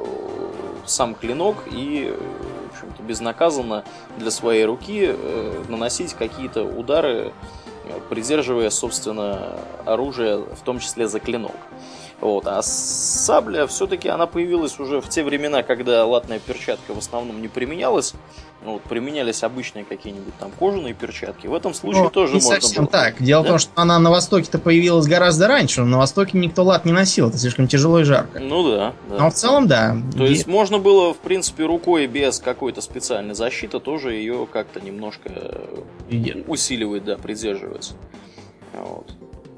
сам клинок и, в общем-то, безнаказанно для своей руки э, наносить какие-то удары, придерживая, собственно, оружие, в том числе за клинок. Вот. А сабля все-таки она появилась уже в те времена, когда латная перчатка в основном не применялась. Вот, применялись обычные какие-нибудь там кожаные перчатки. В этом случае но тоже не можно совсем было. так. Дело Да? в том, что она на Востоке-то появилась гораздо раньше. Но на Востоке никто лат не носил. Это слишком тяжело и жарко. Ну да. да. Но в целом, да. То есть и... можно было, в принципе, рукой без какой-то специальной защиты тоже ее как-то немножко и... усиливать, да, придерживать. Вот.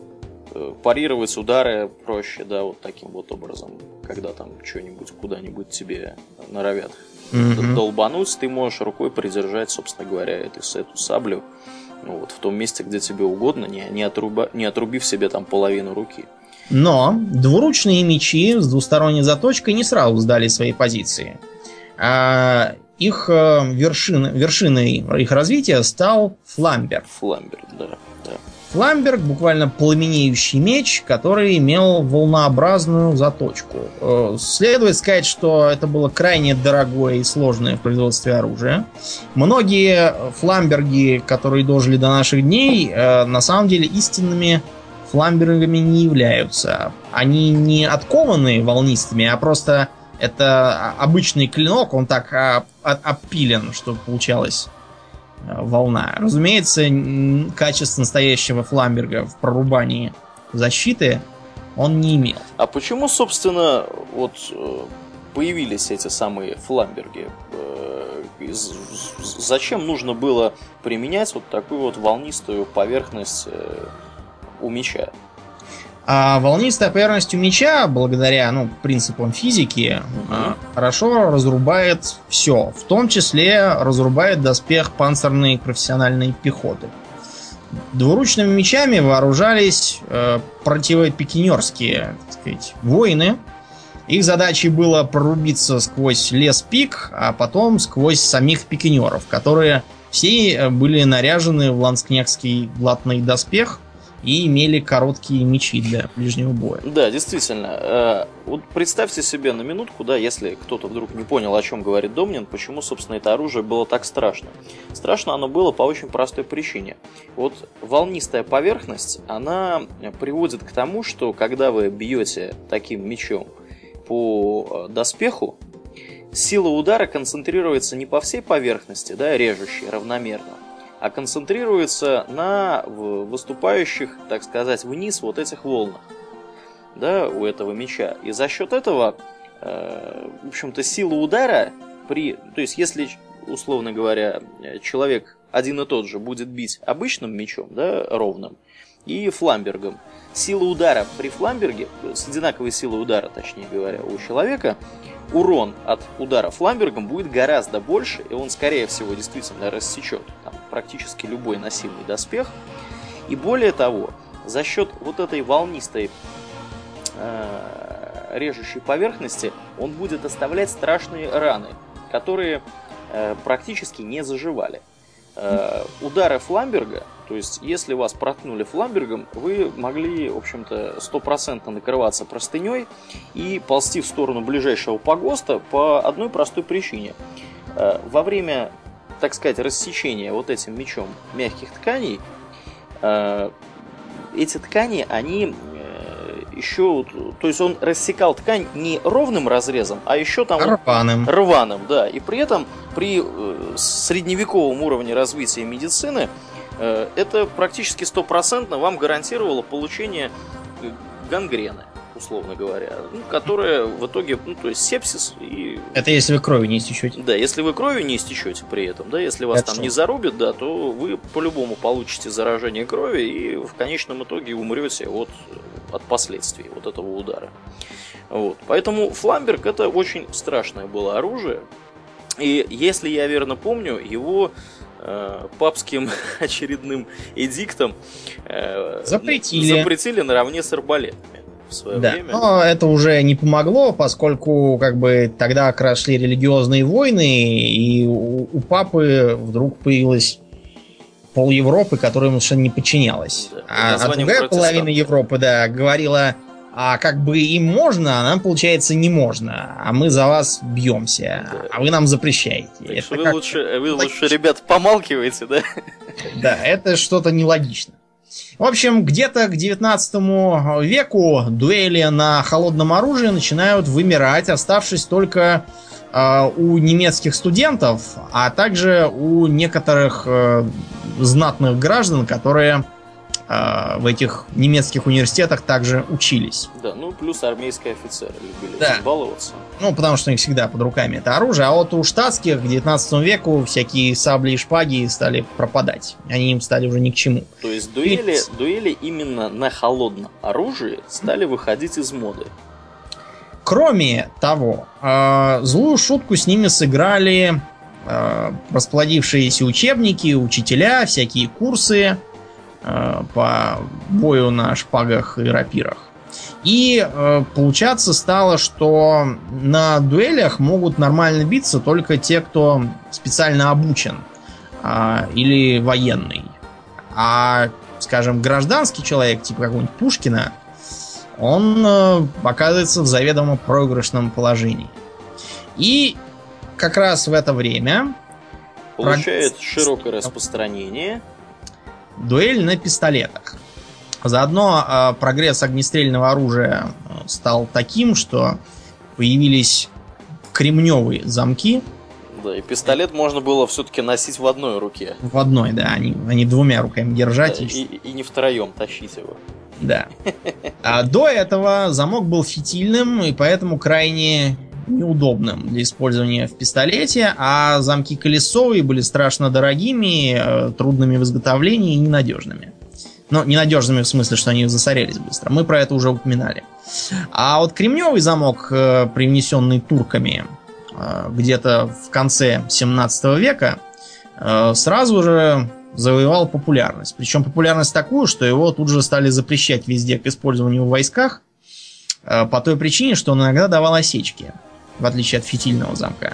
Парировать удары проще, да, вот таким вот образом. Когда там что-нибудь куда-нибудь тебе норовят mm-hmm. долбануть, ты можешь рукой придержать, собственно говоря, эту, эту саблю, ну, вот, в том месте, где тебе угодно, не, не, отруба, не отрубив себе там половину руки. Но двуручные мечи с двусторонней заточкой не сразу сдали свои позиции. А их вершин, вершиной их развития стал фламберг. Фламберг, да. да. Фламберг, буквально пламенеющий меч, который имел волнообразную заточку. Следует сказать, что это было крайне дорогое и сложное в производстве оружие. Многие фламберги, которые дожили до наших дней, на самом деле истинными фламбергами не являются. Они не откованы волнистыми, а просто это обычный клинок, он так опилен, что получалось волна. Разумеется, качество настоящего фламберга в прорубании защиты он не имел. А почему, собственно, вот появились эти самые фламберги? Зачем нужно было применять вот такую вот волнистую поверхность у меча? А волнистая поверхность у меча, благодаря ну, принципам физики, uh-huh. хорошо разрубает все. В том числе разрубает доспех панцирной профессиональной пехоты. Двуручными мечами вооружались э, противопикинерские, так сказать, воины. Их задачей было прорубиться сквозь лес пик, а потом сквозь самих пикинеров, которые все были наряжены в ланскнехтский латный доспех и имели короткие мечи для ближнего боя. Да, действительно. Вот представьте себе на минутку, да, если кто-то вдруг не понял, о чем говорит Домнин, почему, собственно, это оружие было так страшно. Страшно оно было по очень простой причине. Вот волнистая поверхность, она приводит к тому, что когда вы бьете таким мечом по доспеху, сила удара концентрируется не по всей поверхности, да, режущей равномерно, а концентрируется на выступающих, так сказать, вниз вот этих волнах, да, у этого меча. И за счет этого, э, в общем-то, сила удара при... То есть, если, условно говоря, человек один и тот же будет бить обычным мечом, да, ровным, и фламбергом, сила удара при фламберге, с одинаковой силой удара, точнее говоря, у человека, урон от удара фламбергом будет гораздо больше, и он, скорее всего, действительно рассечет там, практически любой носимый доспех. И более того, за счет вот этой волнистой э, режущей поверхности он будет оставлять страшные раны, которые э, практически не заживали. Э, удары фламберга, то есть если вас проткнули фламбергом, вы могли, в общем-то, стопроцентно накрываться простыней и ползти в сторону ближайшего погоста по одной простой причине. Э, во время, так сказать, рассечения вот этим мечом мягких тканей, э, эти ткани, они э, еще, то есть он рассекал ткань не ровным разрезом, а еще там рваным. Вот, рваным, да. И при этом при э, средневековом уровне развития медицины э, это практически стопроцентно вам гарантировало получение гангрены, условно говоря, ну, которая в итоге, ну, то есть сепсис и... Это если вы кровью не истечете. Да, если вы кровью не истечете при этом, да, если вас это там что? Не зарубят, да, то вы по-любому получите заражение крови и в конечном итоге умрете от, от последствий вот этого удара. Вот. Поэтому фламберг это очень страшное было оружие. И если я верно помню, его э, папским очередным эдиктом э, запретили. запретили наравне с арбалетами. в свое да. время. Но это уже не помогло, поскольку как бы тогда как раз шли религиозные войны, и у, у папы вдруг появилась пол Европы, которая ему совершенно не подчинялась. Да, а, а другая половина Европы, да, говорила, а как бы им можно, а нам, получается, не можно. А мы за вас бьемся, да. А вы нам запрещаете. Это вы, как... лучше, вы лучше, ребят, помалкиваете, да? Да, это что-то нелогично. В общем, где-то к девятнадцатому веку дуэли на холодном оружии начинают вымирать, оставшись только э, у немецких студентов, а также у некоторых э, знатных граждан, которые э, в этих немецких университетах также учились. Да, ну плюс армейские офицеры любили да. баловаться. Ну, потому что у них всегда под руками это оружие, а вот у штатских к девятнадцатому веку всякие сабли и шпаги стали пропадать. Они им стали уже ни к чему. То есть дуэли, Ведь... дуэли именно на холодном оружии стали выходить из моды. Кроме того, э, злую шутку с ними сыграли э, расплодившиеся учебники, учителя, всякие курсы э, по бою на шпагах и рапирах. И э, получаться стало, что на дуэлях могут нормально биться только те, кто специально обучен э, или военный. А, скажем, гражданский человек, типа какого-нибудь Пушкина, он э, оказывается в заведомо проигрышном положении. И как раз в это время получает прог... широкое распространение дуэль на пистолетах. Заодно э, прогресс огнестрельного оружия стал таким, что появились кремневые замки. Да, и пистолет можно было все-таки носить в одной руке. В одной, да, они, они двумя руками держать. Да, и, и не втроем тащить его. Да. А до этого замок был фитильным, и поэтому крайне неудобным для использования в пистолете, а замки колесовые были страшно дорогими, трудными в изготовлении и ненадежными. Ну, ненадежными в смысле, что они засорялись быстро. Мы про это уже упоминали. А вот кремневый замок, привнесенный турками где-то в конце семнадцатого века, сразу же завоевал популярность. Причем популярность такую, что его тут же стали запрещать везде к использованию в войсках, по той причине, что он иногда давал осечки, в отличие от фитильного замка.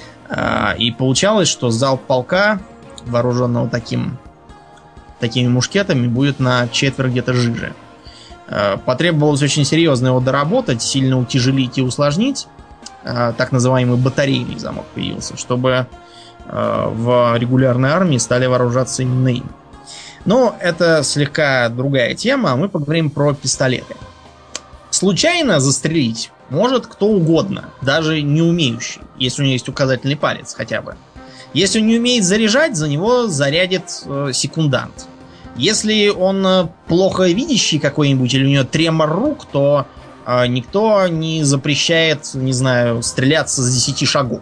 И получалось, что залп полка, вооруженного таким, такими мушкетами, будет на четверть где-то жиже. Потребовалось очень серьезно его доработать, сильно утяжелить и усложнить. Так называемый батарейный замок появился, чтобы в регулярной армии стали вооружаться именно им. Но это слегка другая тема, мы поговорим про пистолеты. Случайно застрелить может кто угодно, даже не умеющий, если у него есть указательный палец хотя бы. Если он не умеет заряжать, за него зарядит э, секундант. Если он э, плохо видящий какой-нибудь или у него тремор рук, то э, никто не запрещает, не знаю, стреляться с десяти шагов.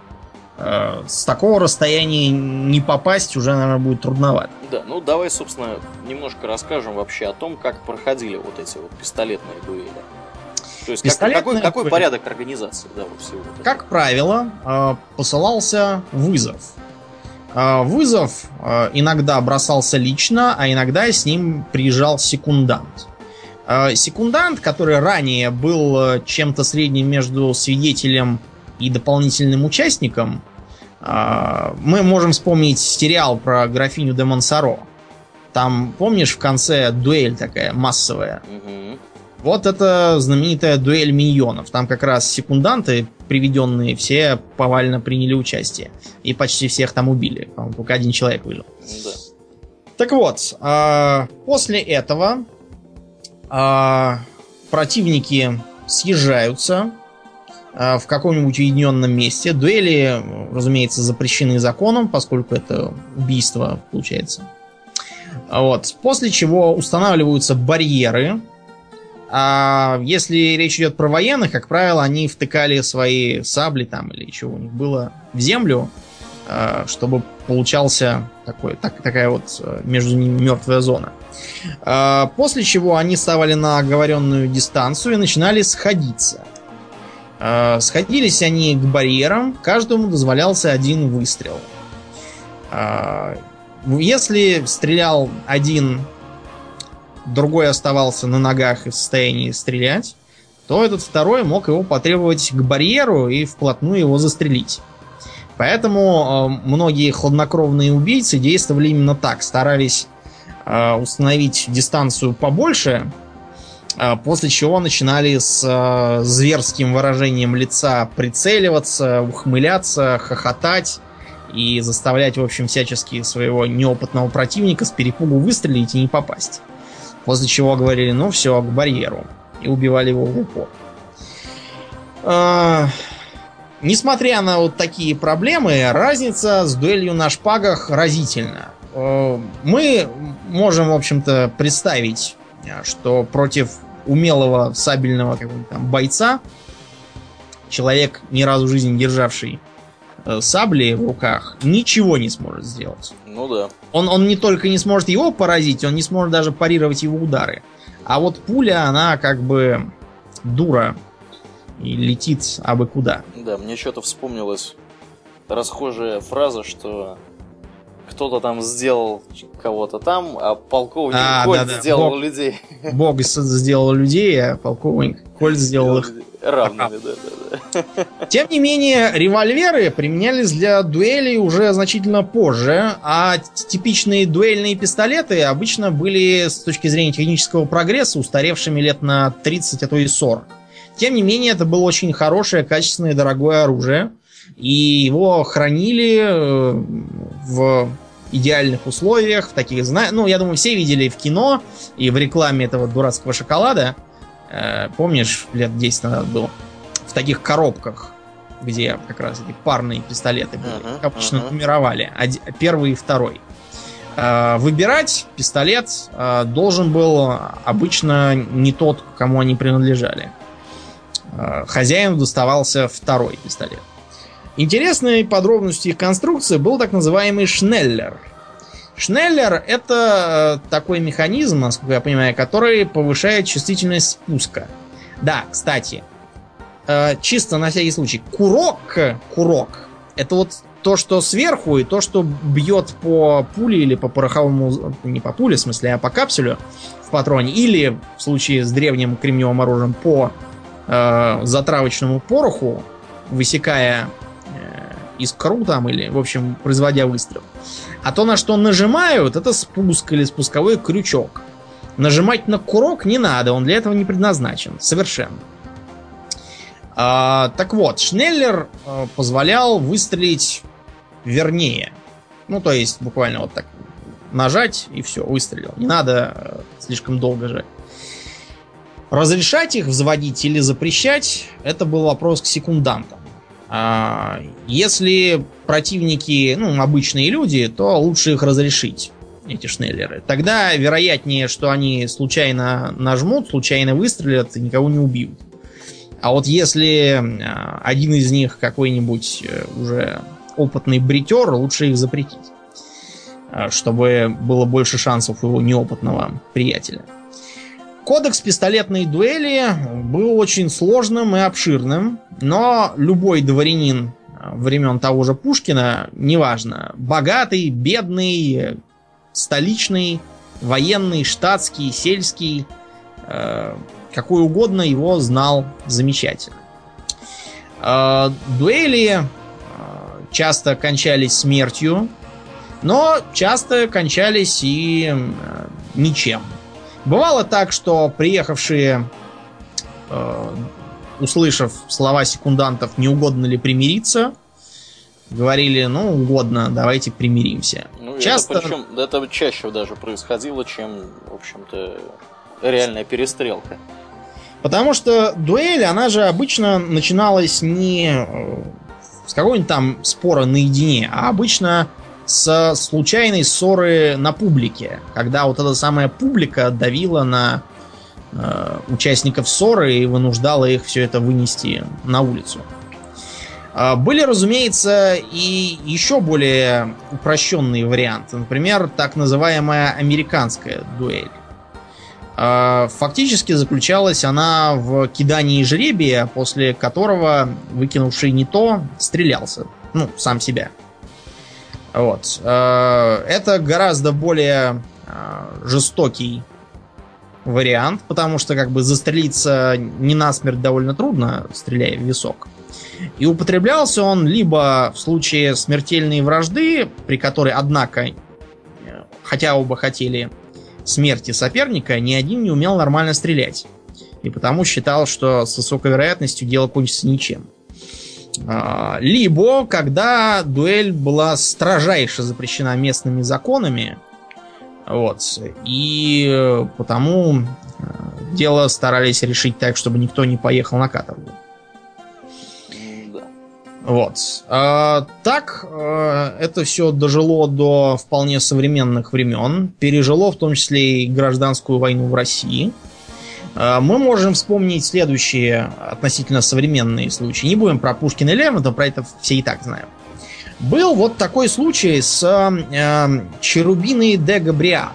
С такого расстояния не попасть уже, наверное, будет трудновато. Да, ну давай, собственно, немножко расскажем вообще о том, как проходили вот эти вот пистолетные дуэли. То есть как, какой, какой порядок организации, да, вот всего этого? Как правило, посылался вызов. Вызов иногда бросался лично, а иногда с ним приезжал секундант. Секундант, который ранее был чем-то средним между свидетелем и дополнительным участником, мы можем вспомнить сериал про графиню де Монсоро. Там, помнишь, в конце дуэль такая массовая? Угу. Вот это знаменитая дуэль миньонов. Там как раз секунданты, приведенные, все повально приняли участие. И почти всех там убили. По-моему, только один человек выжил. Да. Так вот, после этого противники съезжаются в каком-нибудь уединенном месте. Дуэли, разумеется, запрещены законом, поскольку это убийство получается. Вот. После чего устанавливаются барьеры. А если речь идет про военных, как правило, они втыкали свои сабли там или чего у них было в землю, чтобы получался такой, так, такая вот между ними мертвая зона. После чего они ставили на оговоренную дистанцию и начинали сходиться. Сходились они к барьерам, каждому дозволялся один выстрел. Если стрелял один другой оставался на ногах и в состоянии стрелять, то этот второй мог его потребовать к барьеру и вплотную его застрелить. Поэтому э, многие хладнокровные убийцы действовали именно так, старались э, установить дистанцию побольше, э, после чего начинали с э, зверским выражением лица прицеливаться, ухмыляться, хохотать и заставлять, в общем, всячески своего неопытного противника с перепугу выстрелить и не попасть. После чего говорили, ну все, к барьеру. И убивали его в упор. Э, несмотря на вот такие проблемы, разница с дуэлью на шпагах разительна. Э, мы можем, в общем-то, представить, что против умелого сабельного какого-то там бойца человек, ни разу в жизни державший сабли в руках, ничего не сможет сделать. Ну да. Он, он не только не сможет его поразить, он не сможет даже парировать его удары. А вот пуля, она как бы дура и летит абы куда. Да, мне что-то вспомнилась расхожая фраза, что кто-то там сделал кого-то там, а полковник а, Кольт да, да. сделал Бог, людей. Бог сделал людей, а полковник Кольт сделал их равными, да, да, да. Тем не менее, револьверы применялись для дуэлей уже значительно позже, а типичные дуэльные пистолеты обычно были с точки зрения технического прогресса устаревшими лет на тридцать, а то и сорок. Тем не менее, это было очень хорошее, качественное и дорогое оружие, и его хранили в идеальных условиях, в таких, ну, я думаю, все видели в кино и в рекламе этого дурацкого шоколада. Помнишь, лет десять назад был в таких коробках, где как раз эти парные пистолеты были. Uh-huh, обычно uh-huh. нумеровали. Первый и второй. Выбирать пистолет должен был обычно не тот, кому они принадлежали. Хозяину доставался второй пистолет. Интересной подробностью их конструкции был так называемый шнеллер. Шнеллер — это такой механизм, насколько я понимаю, который повышает чувствительность спуска. Да, кстати, чисто на всякий случай, курок, курок — это вот то, что сверху, и то, что бьет по пуле или по пороховому... Не по пуле, в смысле, а по капсулю в патроне. Или, в случае с древним кремниевым оружием, по э, затравочному пороху, высекая э, искру там, или, в общем, производя выстрел. А то, на что нажимают, это спуск или спусковой крючок. Нажимать на курок не надо, он для этого не предназначен. Совершенно. А, так вот, шнеллер а, позволял выстрелить вернее. Ну, то есть, буквально вот так нажать и все, выстрелил. Не надо а, слишком долго жать. Разрешать их взводить или запрещать, это был вопрос к секундантам. А, если противники, ну, обычные люди, то лучше их разрешить, эти шнеллеры. Тогда вероятнее, что они случайно нажмут, случайно выстрелят и никого не убьют. А вот если один из них какой-нибудь уже опытный бритер, лучше их запретить, чтобы было больше шансов у его неопытного приятеля. Кодекс пистолетной дуэли был очень сложным и обширным, но любой дворянин времен того же Пушкина, неважно, богатый, бедный, столичный, военный, штатский, сельский, э, какой угодно, его знал замечательно. Э, дуэли э, часто кончались смертью, но часто кончались и э, ничем. Бывало так, что приехавшие, э, услышав слова секундантов, не угодно ли примириться, говорили, ну, угодно, давайте примиримся. Ну, часто... это, причем, это чаще даже происходило, чем, в общем-то, реальная перестрелка. Потому что дуэль, она же обычно начиналась не с какого-нибудь там спора наедине, а обычно с случайной ссоры на публике, когда вот эта самая публика давила на э, участников ссоры и вынуждала их все это вынести на улицу. Э, были, разумеется, и еще более упрощенные варианты. Например, так называемая американская дуэль. Э, фактически заключалась она в кидании жребия, после которого выкинувший не то стрелялся. Ну, сам себя. Вот. Это гораздо более жестокий вариант, потому что как бы застрелиться не насмерть довольно трудно, стреляя в висок. И употреблялся он либо в случае смертельной вражды, при которой, однако, хотя оба хотели смерти соперника, ни один не умел нормально стрелять. И потому считал, что с высокой вероятностью дело кончится ничем. Либо когда дуэль была строжайше запрещена местными законами, вот, и потому дело старались решить так, чтобы никто не поехал на каторгу. Да. Вот. А, так, это все дожило до вполне современных времен, пережило в том числе и гражданскую войну в России. Мы можем вспомнить следующие относительно современные случаи. Не будем про Пушкина и Лермонтова, про это все и так знают. Был вот такой случай с э, Черубиной де Габриак.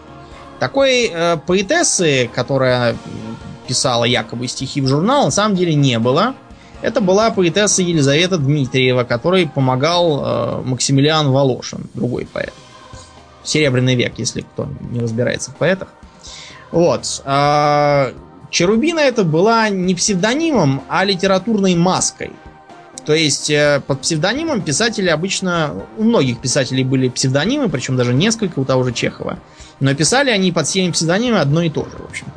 Такой э, поэтессы, которая писала якобы стихи в журнал, на самом деле не было. Это была поэтесса Елизавета Дмитриева, которой помогал э, Максимилиан Волошин, другой поэт. Серебряный век, если кто не разбирается в поэтах. Вот. А Черубина это была не псевдонимом, а литературной маской. То есть под псевдонимом писатели обычно... У многих писателей были псевдонимы, причем даже несколько, у того же Чехова. Но писали они под всеми псевдонимами одно и то же, в общем-то.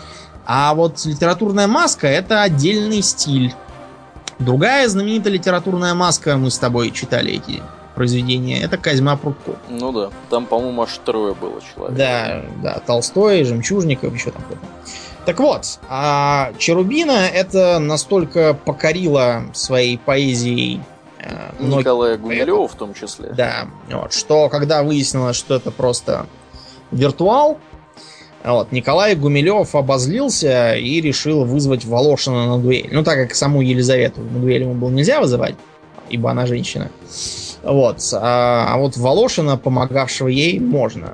А вот литературная маска — это отдельный стиль. Другая знаменитая литературная маска, мы с тобой читали эти произведения, это Козьма Прутков. Ну да, там, по-моему, аж трое было человек. Да, да, Толстой, Жемчужников, еще там кто-то. Так вот, а Черубина это настолько покорила своей поэзией э, Николая Гумилева в том числе. Да, вот, что когда выяснилось, что это просто виртуал, вот, Николай Гумилев обозлился и решил вызвать Волошина на дуэль. Ну, так как саму Елизавету на дуэль ему было нельзя вызывать, ибо она женщина. Вот. А, а вот Волошина, помогавшего ей, можно.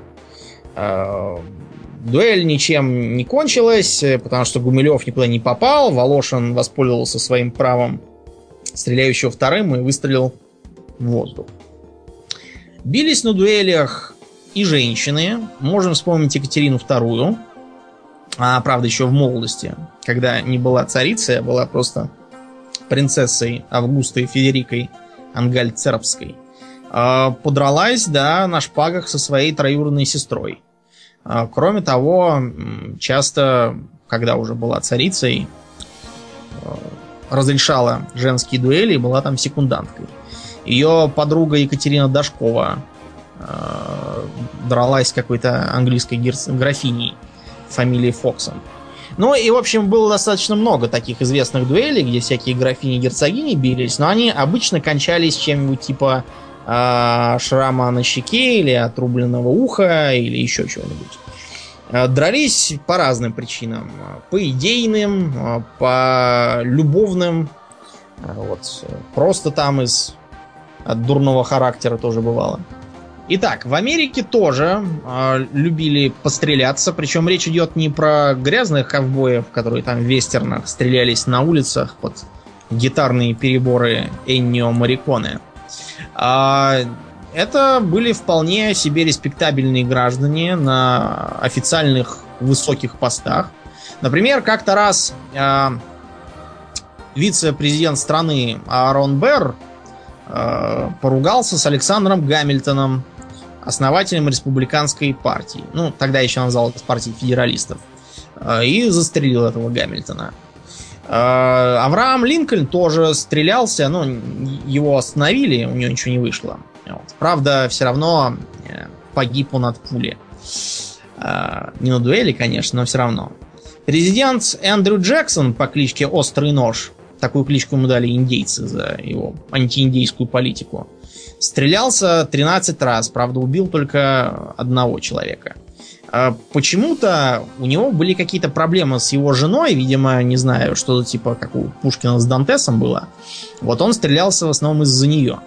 А, дуэль ничем не кончилась, потому что Гумилев никуда не попал. Волошин воспользовался своим правом стреляющего вторым и выстрелил в воздух. Бились на дуэлях и женщины. Можем вспомнить Екатерину вторую. А, правда, еще в молодости, когда не была царицей, а была просто принцессой Августой Федерикой Ангальцербской. Подралась, да, на шпагах со своей троюродной сестрой. Кроме того, часто, когда уже была царицей, разрешала женские дуэли и была там секунданткой. Ее подруга Екатерина Дашкова дралась с какой-то английской герц... графиней фамилией Фоксон. Ну и, в общем, было достаточно много таких известных дуэлей, где всякие графини и герцогини бились, но они обычно кончались чем-нибудь типа э, шрама на щеке или отрубленного уха или еще чего-нибудь. Э, дрались по разным причинам. По идейным, э, по любовным. Э, вот. Просто там из от дурного характера тоже бывало. Итак, в Америке тоже э, любили постреляться, причем речь идет не про грязных ковбоев, которые там в вестернах стрелялись на улицах под гитарные переборы Эннио Морриконе. А это были вполне себе респектабельные граждане на официальных высоких постах. Например, как-то раз э, вице-президент страны Аарон Берр э, поругался с Александром Гамильтоном, основателем республиканской партии. Ну, тогда еще называлась партией федералистов. И застрелил этого Гамильтона. Авраам Линкольн тоже стрелялся, но его остановили, у него ничего не вышло. Вот. Правда, все равно погиб он от пули. Не на дуэли, конечно, но все равно. Президент Эндрю Джексон по кличке Острый Нож, такую кличку ему дали индейцы за его антииндейскую политику, стрелялся тринадцать раз, правда, убил только одного человека. Почему-то у него были какие-то проблемы с его женой, видимо, не знаю, что-то типа как у Пушкина с Дантесом было. Вот он стрелялся в основном из-за нее.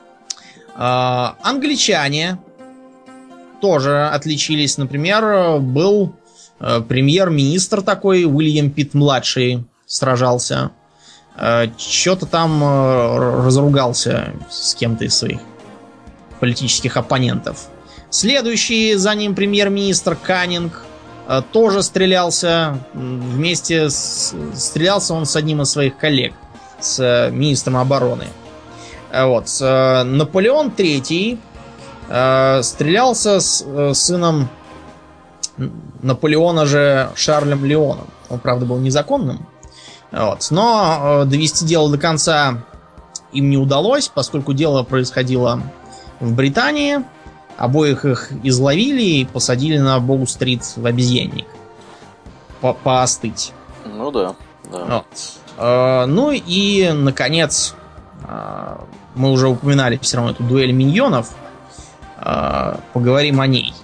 Англичане тоже отличились. Например, был премьер-министр такой, Уильям Питт-младший, сражался. Что-то там разругался с кем-то из своих политических оппонентов. Следующий за ним премьер-министр Каннинг э, тоже стрелялся вместе с... Стрелялся он с одним из своих коллег, с э, министром обороны. Вот. Э, Наполеон третий э, стрелялся с э, сыном Наполеона же Шарлем Леоном. Он, правда, был незаконным. Вот. Но э, довести дело до конца им не удалось, поскольку дело происходило в Британии. Обоих их изловили и посадили на Боу-стрит в обезьянник. По Поостыть. Ну да. да. Вот. Э, ну и, наконец, э, мы уже упоминали все равно эту дуэль миньонов. Э, поговорим о ней.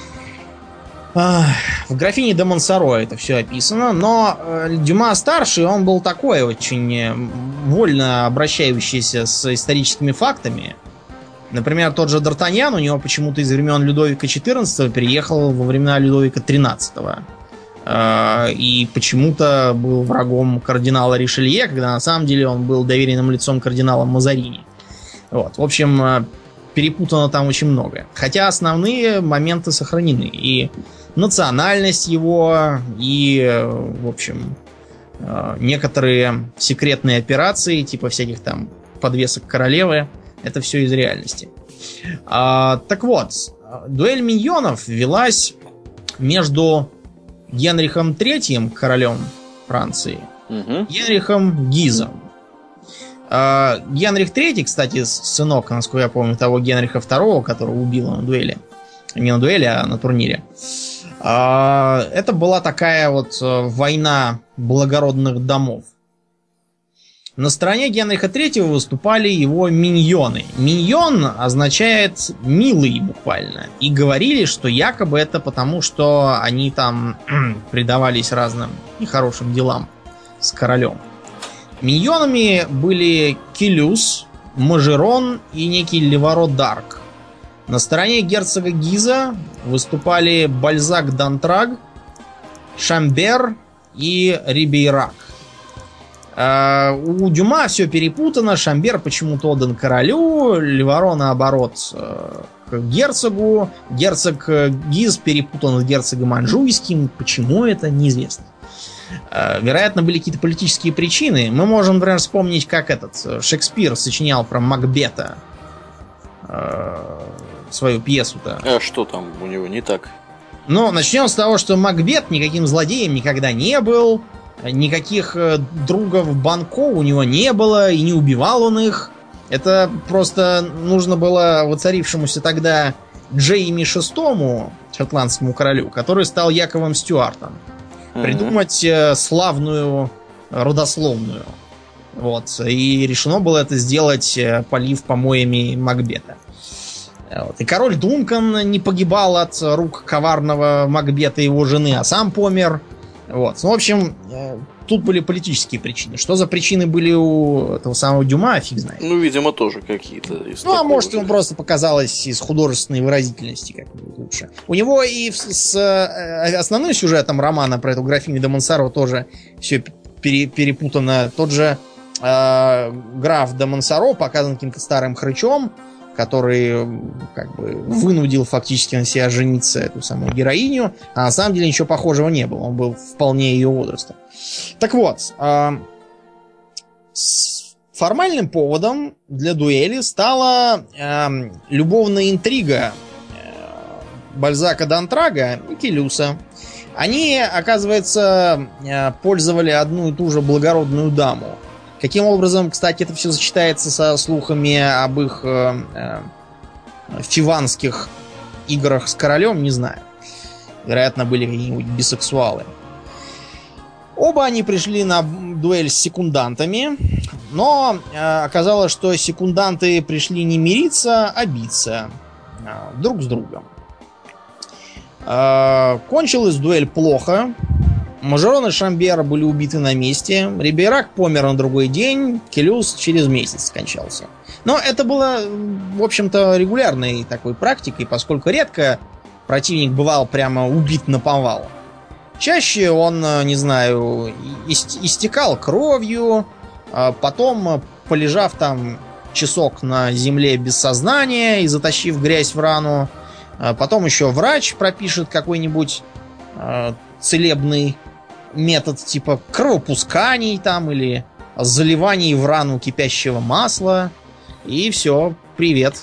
В «Графине де Монсоро» это все описано, но Дюма старший, он был такой очень вольно обращающийся с историческими фактами. Например, тот же Д'Артаньян у него почему-то из времен Людовика четырнадцатого переехал во времена Людовика тринадцатого. И почему-то был врагом кардинала Ришелье, когда на самом деле он был доверенным лицом кардинала Мазарини. Вот. В общем, перепутано там очень много. Хотя основные моменты сохранены. И национальность его, и, в общем, некоторые секретные операции, типа всяких там подвесок королевы, это все из реальности. А, так вот, дуэль миньонов велась между Генрихом третьим, королем Франции, угу. Генрихом Гизом. А, Генрих третий, кстати, сынок, насколько я помню, того Генриха второго, которого убил на дуэли. Не на дуэли, а на турнире. А, это была такая вот война благородных домов. На стороне Генриха третьего выступали его миньоны. Миньон означает «милый» буквально. И говорили, что якобы это потому, что они там предавались разным нехорошим делам с королем. Миньонами были Келюс, Мажерон и некий Леваро д'Арк. На стороне герцога Гиза выступали Бальзак д'Антраг, Шамбер и Рибейрак. У Дюма все перепутано. Шамбер почему-то отдан королю, Леваро, наоборот, к герцогу. Герцог Гиз перепутан с герцогом Анжуйским. Почему это, неизвестно. Вероятно, были какие-то политические причины. Мы можем, например, вспомнить, как этот Шекспир сочинял про Макбета свою пьесу-то. А что там у него не так? Ну, начнем с того, что Макбет никаким злодеем никогда не был. Никаких другов Банко у него не было, и не убивал он их. Это просто нужно было воцарившемуся тогда Джейми шестому, шотландскому королю, который стал Яковом Стюартом, mm-hmm. придумать славную родословную. Вот. И решено было это сделать, полив помоями Макбета. Вот. И король Дункан не погибал от рук коварного Макбета и его жены, а сам помер. Вот. Ну, в общем, тут были политические причины. Что за причины были у этого самого Дюма, фиг знает. Ну, видимо, тоже какие-то. Ну, а может, ему просто показалось из художественной выразительности как-нибудь лучше. У него и с основным сюжетом романа про эту графиню де Монсоро тоже все пере, перепутано. Тот же э, граф де Монсоро показан каким-то старым хрычом, который как бы вынудил фактически на себя жениться эту самую героиню, а на самом деле ничего похожего не было. Он был вполне ее возраста. Так вот, э, с формальным поводом для дуэли стала э, любовная интрига э, Бальзака д'Антрага и Келюса. Они, оказывается, э, пользовали одну и ту же благородную даму. Каким образом, кстати, это все сочетается со слухами об их э, э, фиванских играх с королем, не знаю. Вероятно, были какие-нибудь бисексуалы. Оба они пришли на дуэль с секундантами, но э, оказалось, что секунданты пришли не мириться, а биться э, друг с другом. Э, кончилась дуэль плохо. Мажерон и Шамбер были убиты на месте. Рибейрак помер на другой день. Келюс через месяц скончался. Но это было, в общем-то, регулярной такой практикой, поскольку редко противник бывал прямо убит наповал. Чаще он, не знаю, истекал кровью, потом, полежав там часок на земле без сознания и затащив грязь в рану, потом еще врач пропишет какой-нибудь э, целебный метод типа кровопусканий там или заливаний в рану кипящего масла. И все, привет.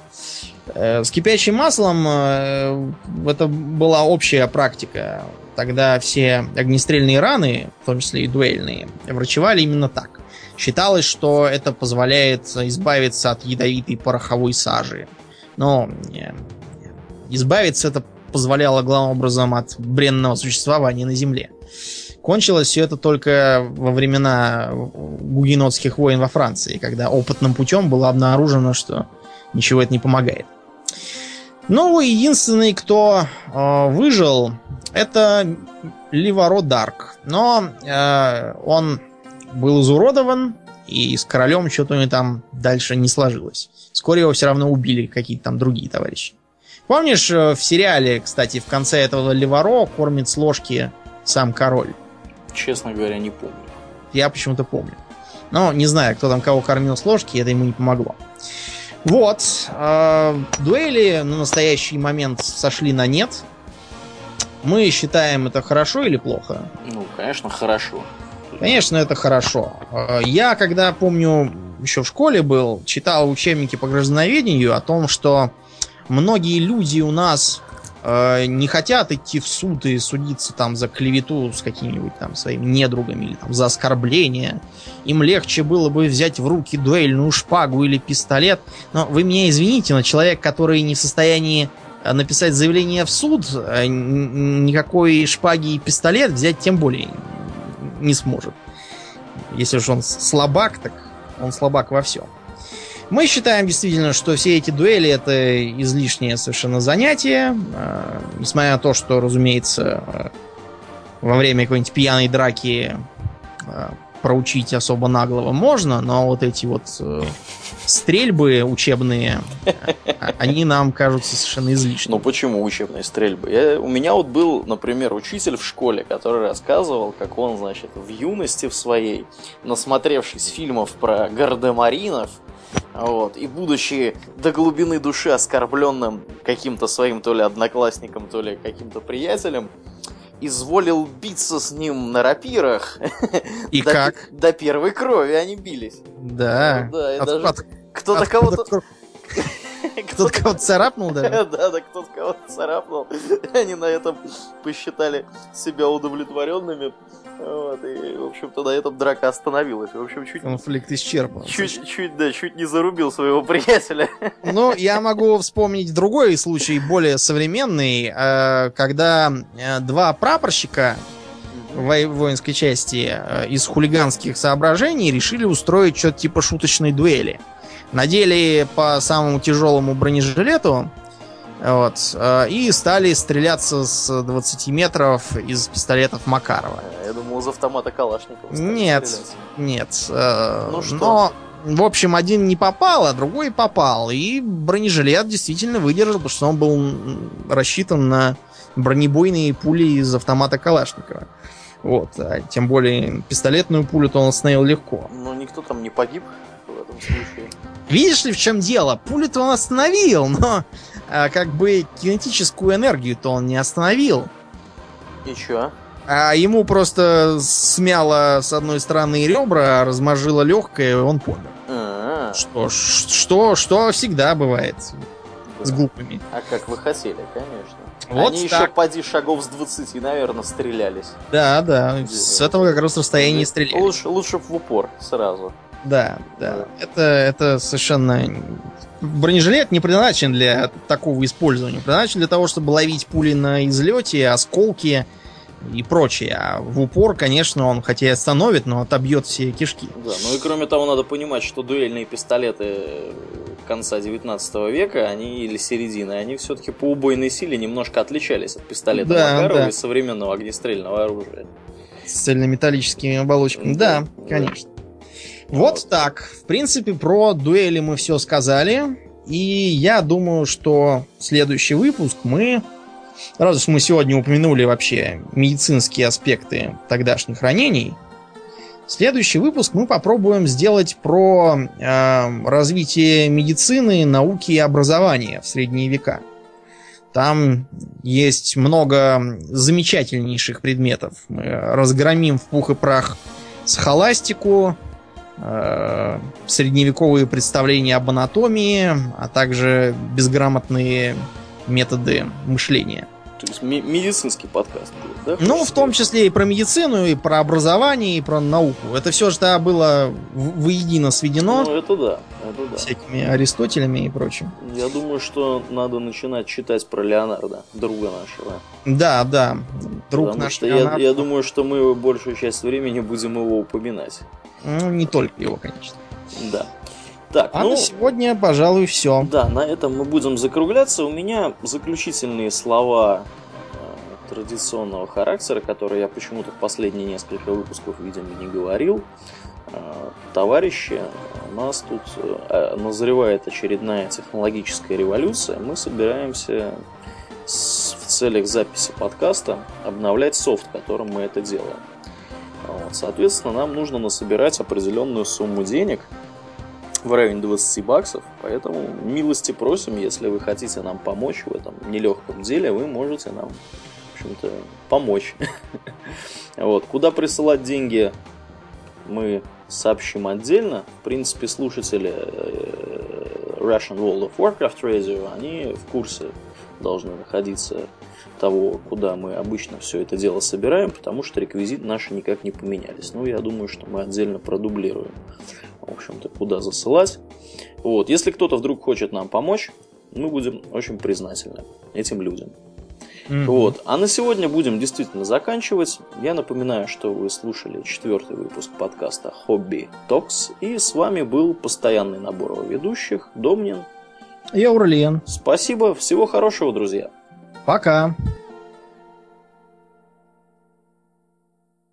С кипящим маслом это была общая практика. Тогда все огнестрельные раны, в том числе и дуэльные, врачевали именно так. Считалось, что это позволяет избавиться от ядовитой пороховой сажи. Но избавиться это позволяло главным образом от бренного существования на земле. Кончилось все это только во времена гугенотских войн во Франции, когда опытным путем было обнаружено, что ничего это не помогает. Ну, единственный, кто э, выжил, это Ливаро Дарк. Но э, он был изуродован, и с королем что-то у него там дальше не сложилось. Вскоре его все равно убили какие-то там другие товарищи. Помнишь, в сериале, кстати, в конце этого Ливаро кормит с ложки сам король? Честно говоря, не помню. Я почему-то помню. Но не знаю, кто там кого кормил с ложки, это ему не помогло. Вот. Э, дуэли на настоящий момент сошли на нет. Мы считаем это хорошо или плохо? Ну, конечно, хорошо. Конечно, это хорошо. Э, я, когда, помню, еще в школе был, читал учебники по граждановедению о том, что многие люди у нас э, не хотят идти в суд и судиться там за клевету с какими-нибудь там своими недругами или там за оскорбление. Им легче было бы взять в руки дуэльную шпагу или пистолет. Но вы меня извините, но человек, который не в состоянии написать заявление в суд, никакой шпаги и пистолет взять тем более не сможет. Если же он слабак, так он слабак во всем. Мы считаем действительно, что все эти дуэли это излишнее совершенно занятие. Э, несмотря на то, что, разумеется, э, во время какой-нибудь пьяной драки э, проучить особо наглого можно, но вот эти вот э, стрельбы учебные, э, они нам кажутся совершенно излишними. Ну почему учебные стрельбы? Я, у меня вот был, например, учитель в школе, который рассказывал, как он, значит, в юности в своей, насмотревшись фильмов про гардемаринов, вот, и будучи до глубины души оскорбленным каким-то своим то ли одноклассником, то ли каким-то приятелем, изволил биться с ним на рапирах. И до, как? До первой крови они бились. Да. Да, и от, даже от, кто-то от, кого-то... Кто-то кого-то царапнул, да? Да, да, кто-то кого-то царапнул. Они на этом посчитали себя удовлетворенными. Вот, и, в общем-то, на этом драка остановилась. В общем, чуть... Конфликт исчерпан. Чуть, чуть, да, чуть не зарубил своего приятеля. Ну, я могу вспомнить другой случай, более современный, когда два прапорщика в воинской части из хулиганских соображений решили устроить что-то типа шуточной дуэли. Надели по самому тяжелому бронежилету, вот, и стали стреляться с двадцати метров из пистолетов Макарова. Я думал, из автомата Калашникова. Нет, стрелять. нет. Ну что? Но, в общем, один не попал, а другой попал. И бронежилет действительно выдержал, потому что он был рассчитан на бронебойные пули из автомата Калашникова. Вот, а тем более пистолетную пулю-то он остановил легко. Ну, никто там не погиб в этом случае. Видишь ли, в чем дело? Пулю-то он остановил, но а, как бы кинетическую энергию-то он не остановил. И чё? А ему просто смяло с одной стороны ребра, размажило легкое, и он помер. А-а-а. Что, что, что всегда бывает Да. с глупыми. А как вы хотели, конечно. Вот Они так. еще поди шагов с двадцати, наверное, стрелялись. Да, да, с этого как раз расстояния стреляли. Лучше, лучше в упор сразу. Да, да. Это, это совершенно... Бронежилет не предназначен для такого использования. Предназначен для того, чтобы ловить пули на излете, осколки и прочее. А в упор, конечно, он хотя и остановит, но отобьет все кишки. Да, ну и кроме того, надо понимать, что дуэльные пистолеты конца девятнадцатого века, они или середины, они все-таки по убойной силе немножко отличались от пистолета Да, Макарова да. и современного огнестрельного оружия. С цельнометаллическими оболочками. Да, Да, конечно. Вот, Вот. так. В принципе, про дуэли мы все сказали. И я думаю, что следующий выпуск мы... Раз уж мы сегодня упомянули вообще медицинские аспекты тогдашних ранений, следующий выпуск мы попробуем сделать про э, развитие медицины, науки и образования в средние века. Там есть много замечательнейших предметов. Мы разгромим в пух и прах схоластику, э, средневековые представления об анатомии, а также безграмотные методы мышления. То есть ми- медицинский подкаст будет, да? Ну, в том числе и про медицину, и про образование, и про науку. Это все же да, было в- воедино сведено. Ну, это да, это да. Всякими Аристотелями и прочим. Я думаю, что надо начинать читать про Леонардо, друга нашего. Да, да. Друг Потому наш что я, Леонардо. я думаю, что мы большую часть времени будем его упоминать. Ну, не только его, конечно. Да. Так, А ну, на сегодня, пожалуй, все. да, на этом мы будем закругляться. У меня заключительные слова э, традиционного характера, которые я почему-то в последние несколько выпусков, видимо, не говорил. Э, товарищи, у нас тут э, назревает очередная технологическая революция. Мы собираемся с, в целях записи подкаста обновлять софт, которым мы это делаем. Вот, соответственно, нам нужно насобирать определенную сумму денег в районе двадцать баксов, поэтому милости просим, если вы хотите нам помочь в этом нелегком деле, вы можете нам, в общем-то, помочь. Вот. Куда присылать деньги, мы сообщим отдельно. В принципе, слушатели Russian World of Warcraft Radio, они в курсе должны находиться того, куда мы обычно все это дело собираем, потому что реквизиты наши никак не поменялись. Ну, я думаю, что мы отдельно продублируем, в общем-то, куда засылать. Вот. Если кто-то вдруг хочет нам помочь, мы будем очень признательны этим людям. Mm-hmm. Вот. А на сегодня будем действительно заканчивать. Я напоминаю, что вы слушали четвертый выпуск подкаста Hobby Talks, и с вами был постоянный набор ведущих Домнин и Аурлиен. Спасибо, всего хорошего, друзья. Пока.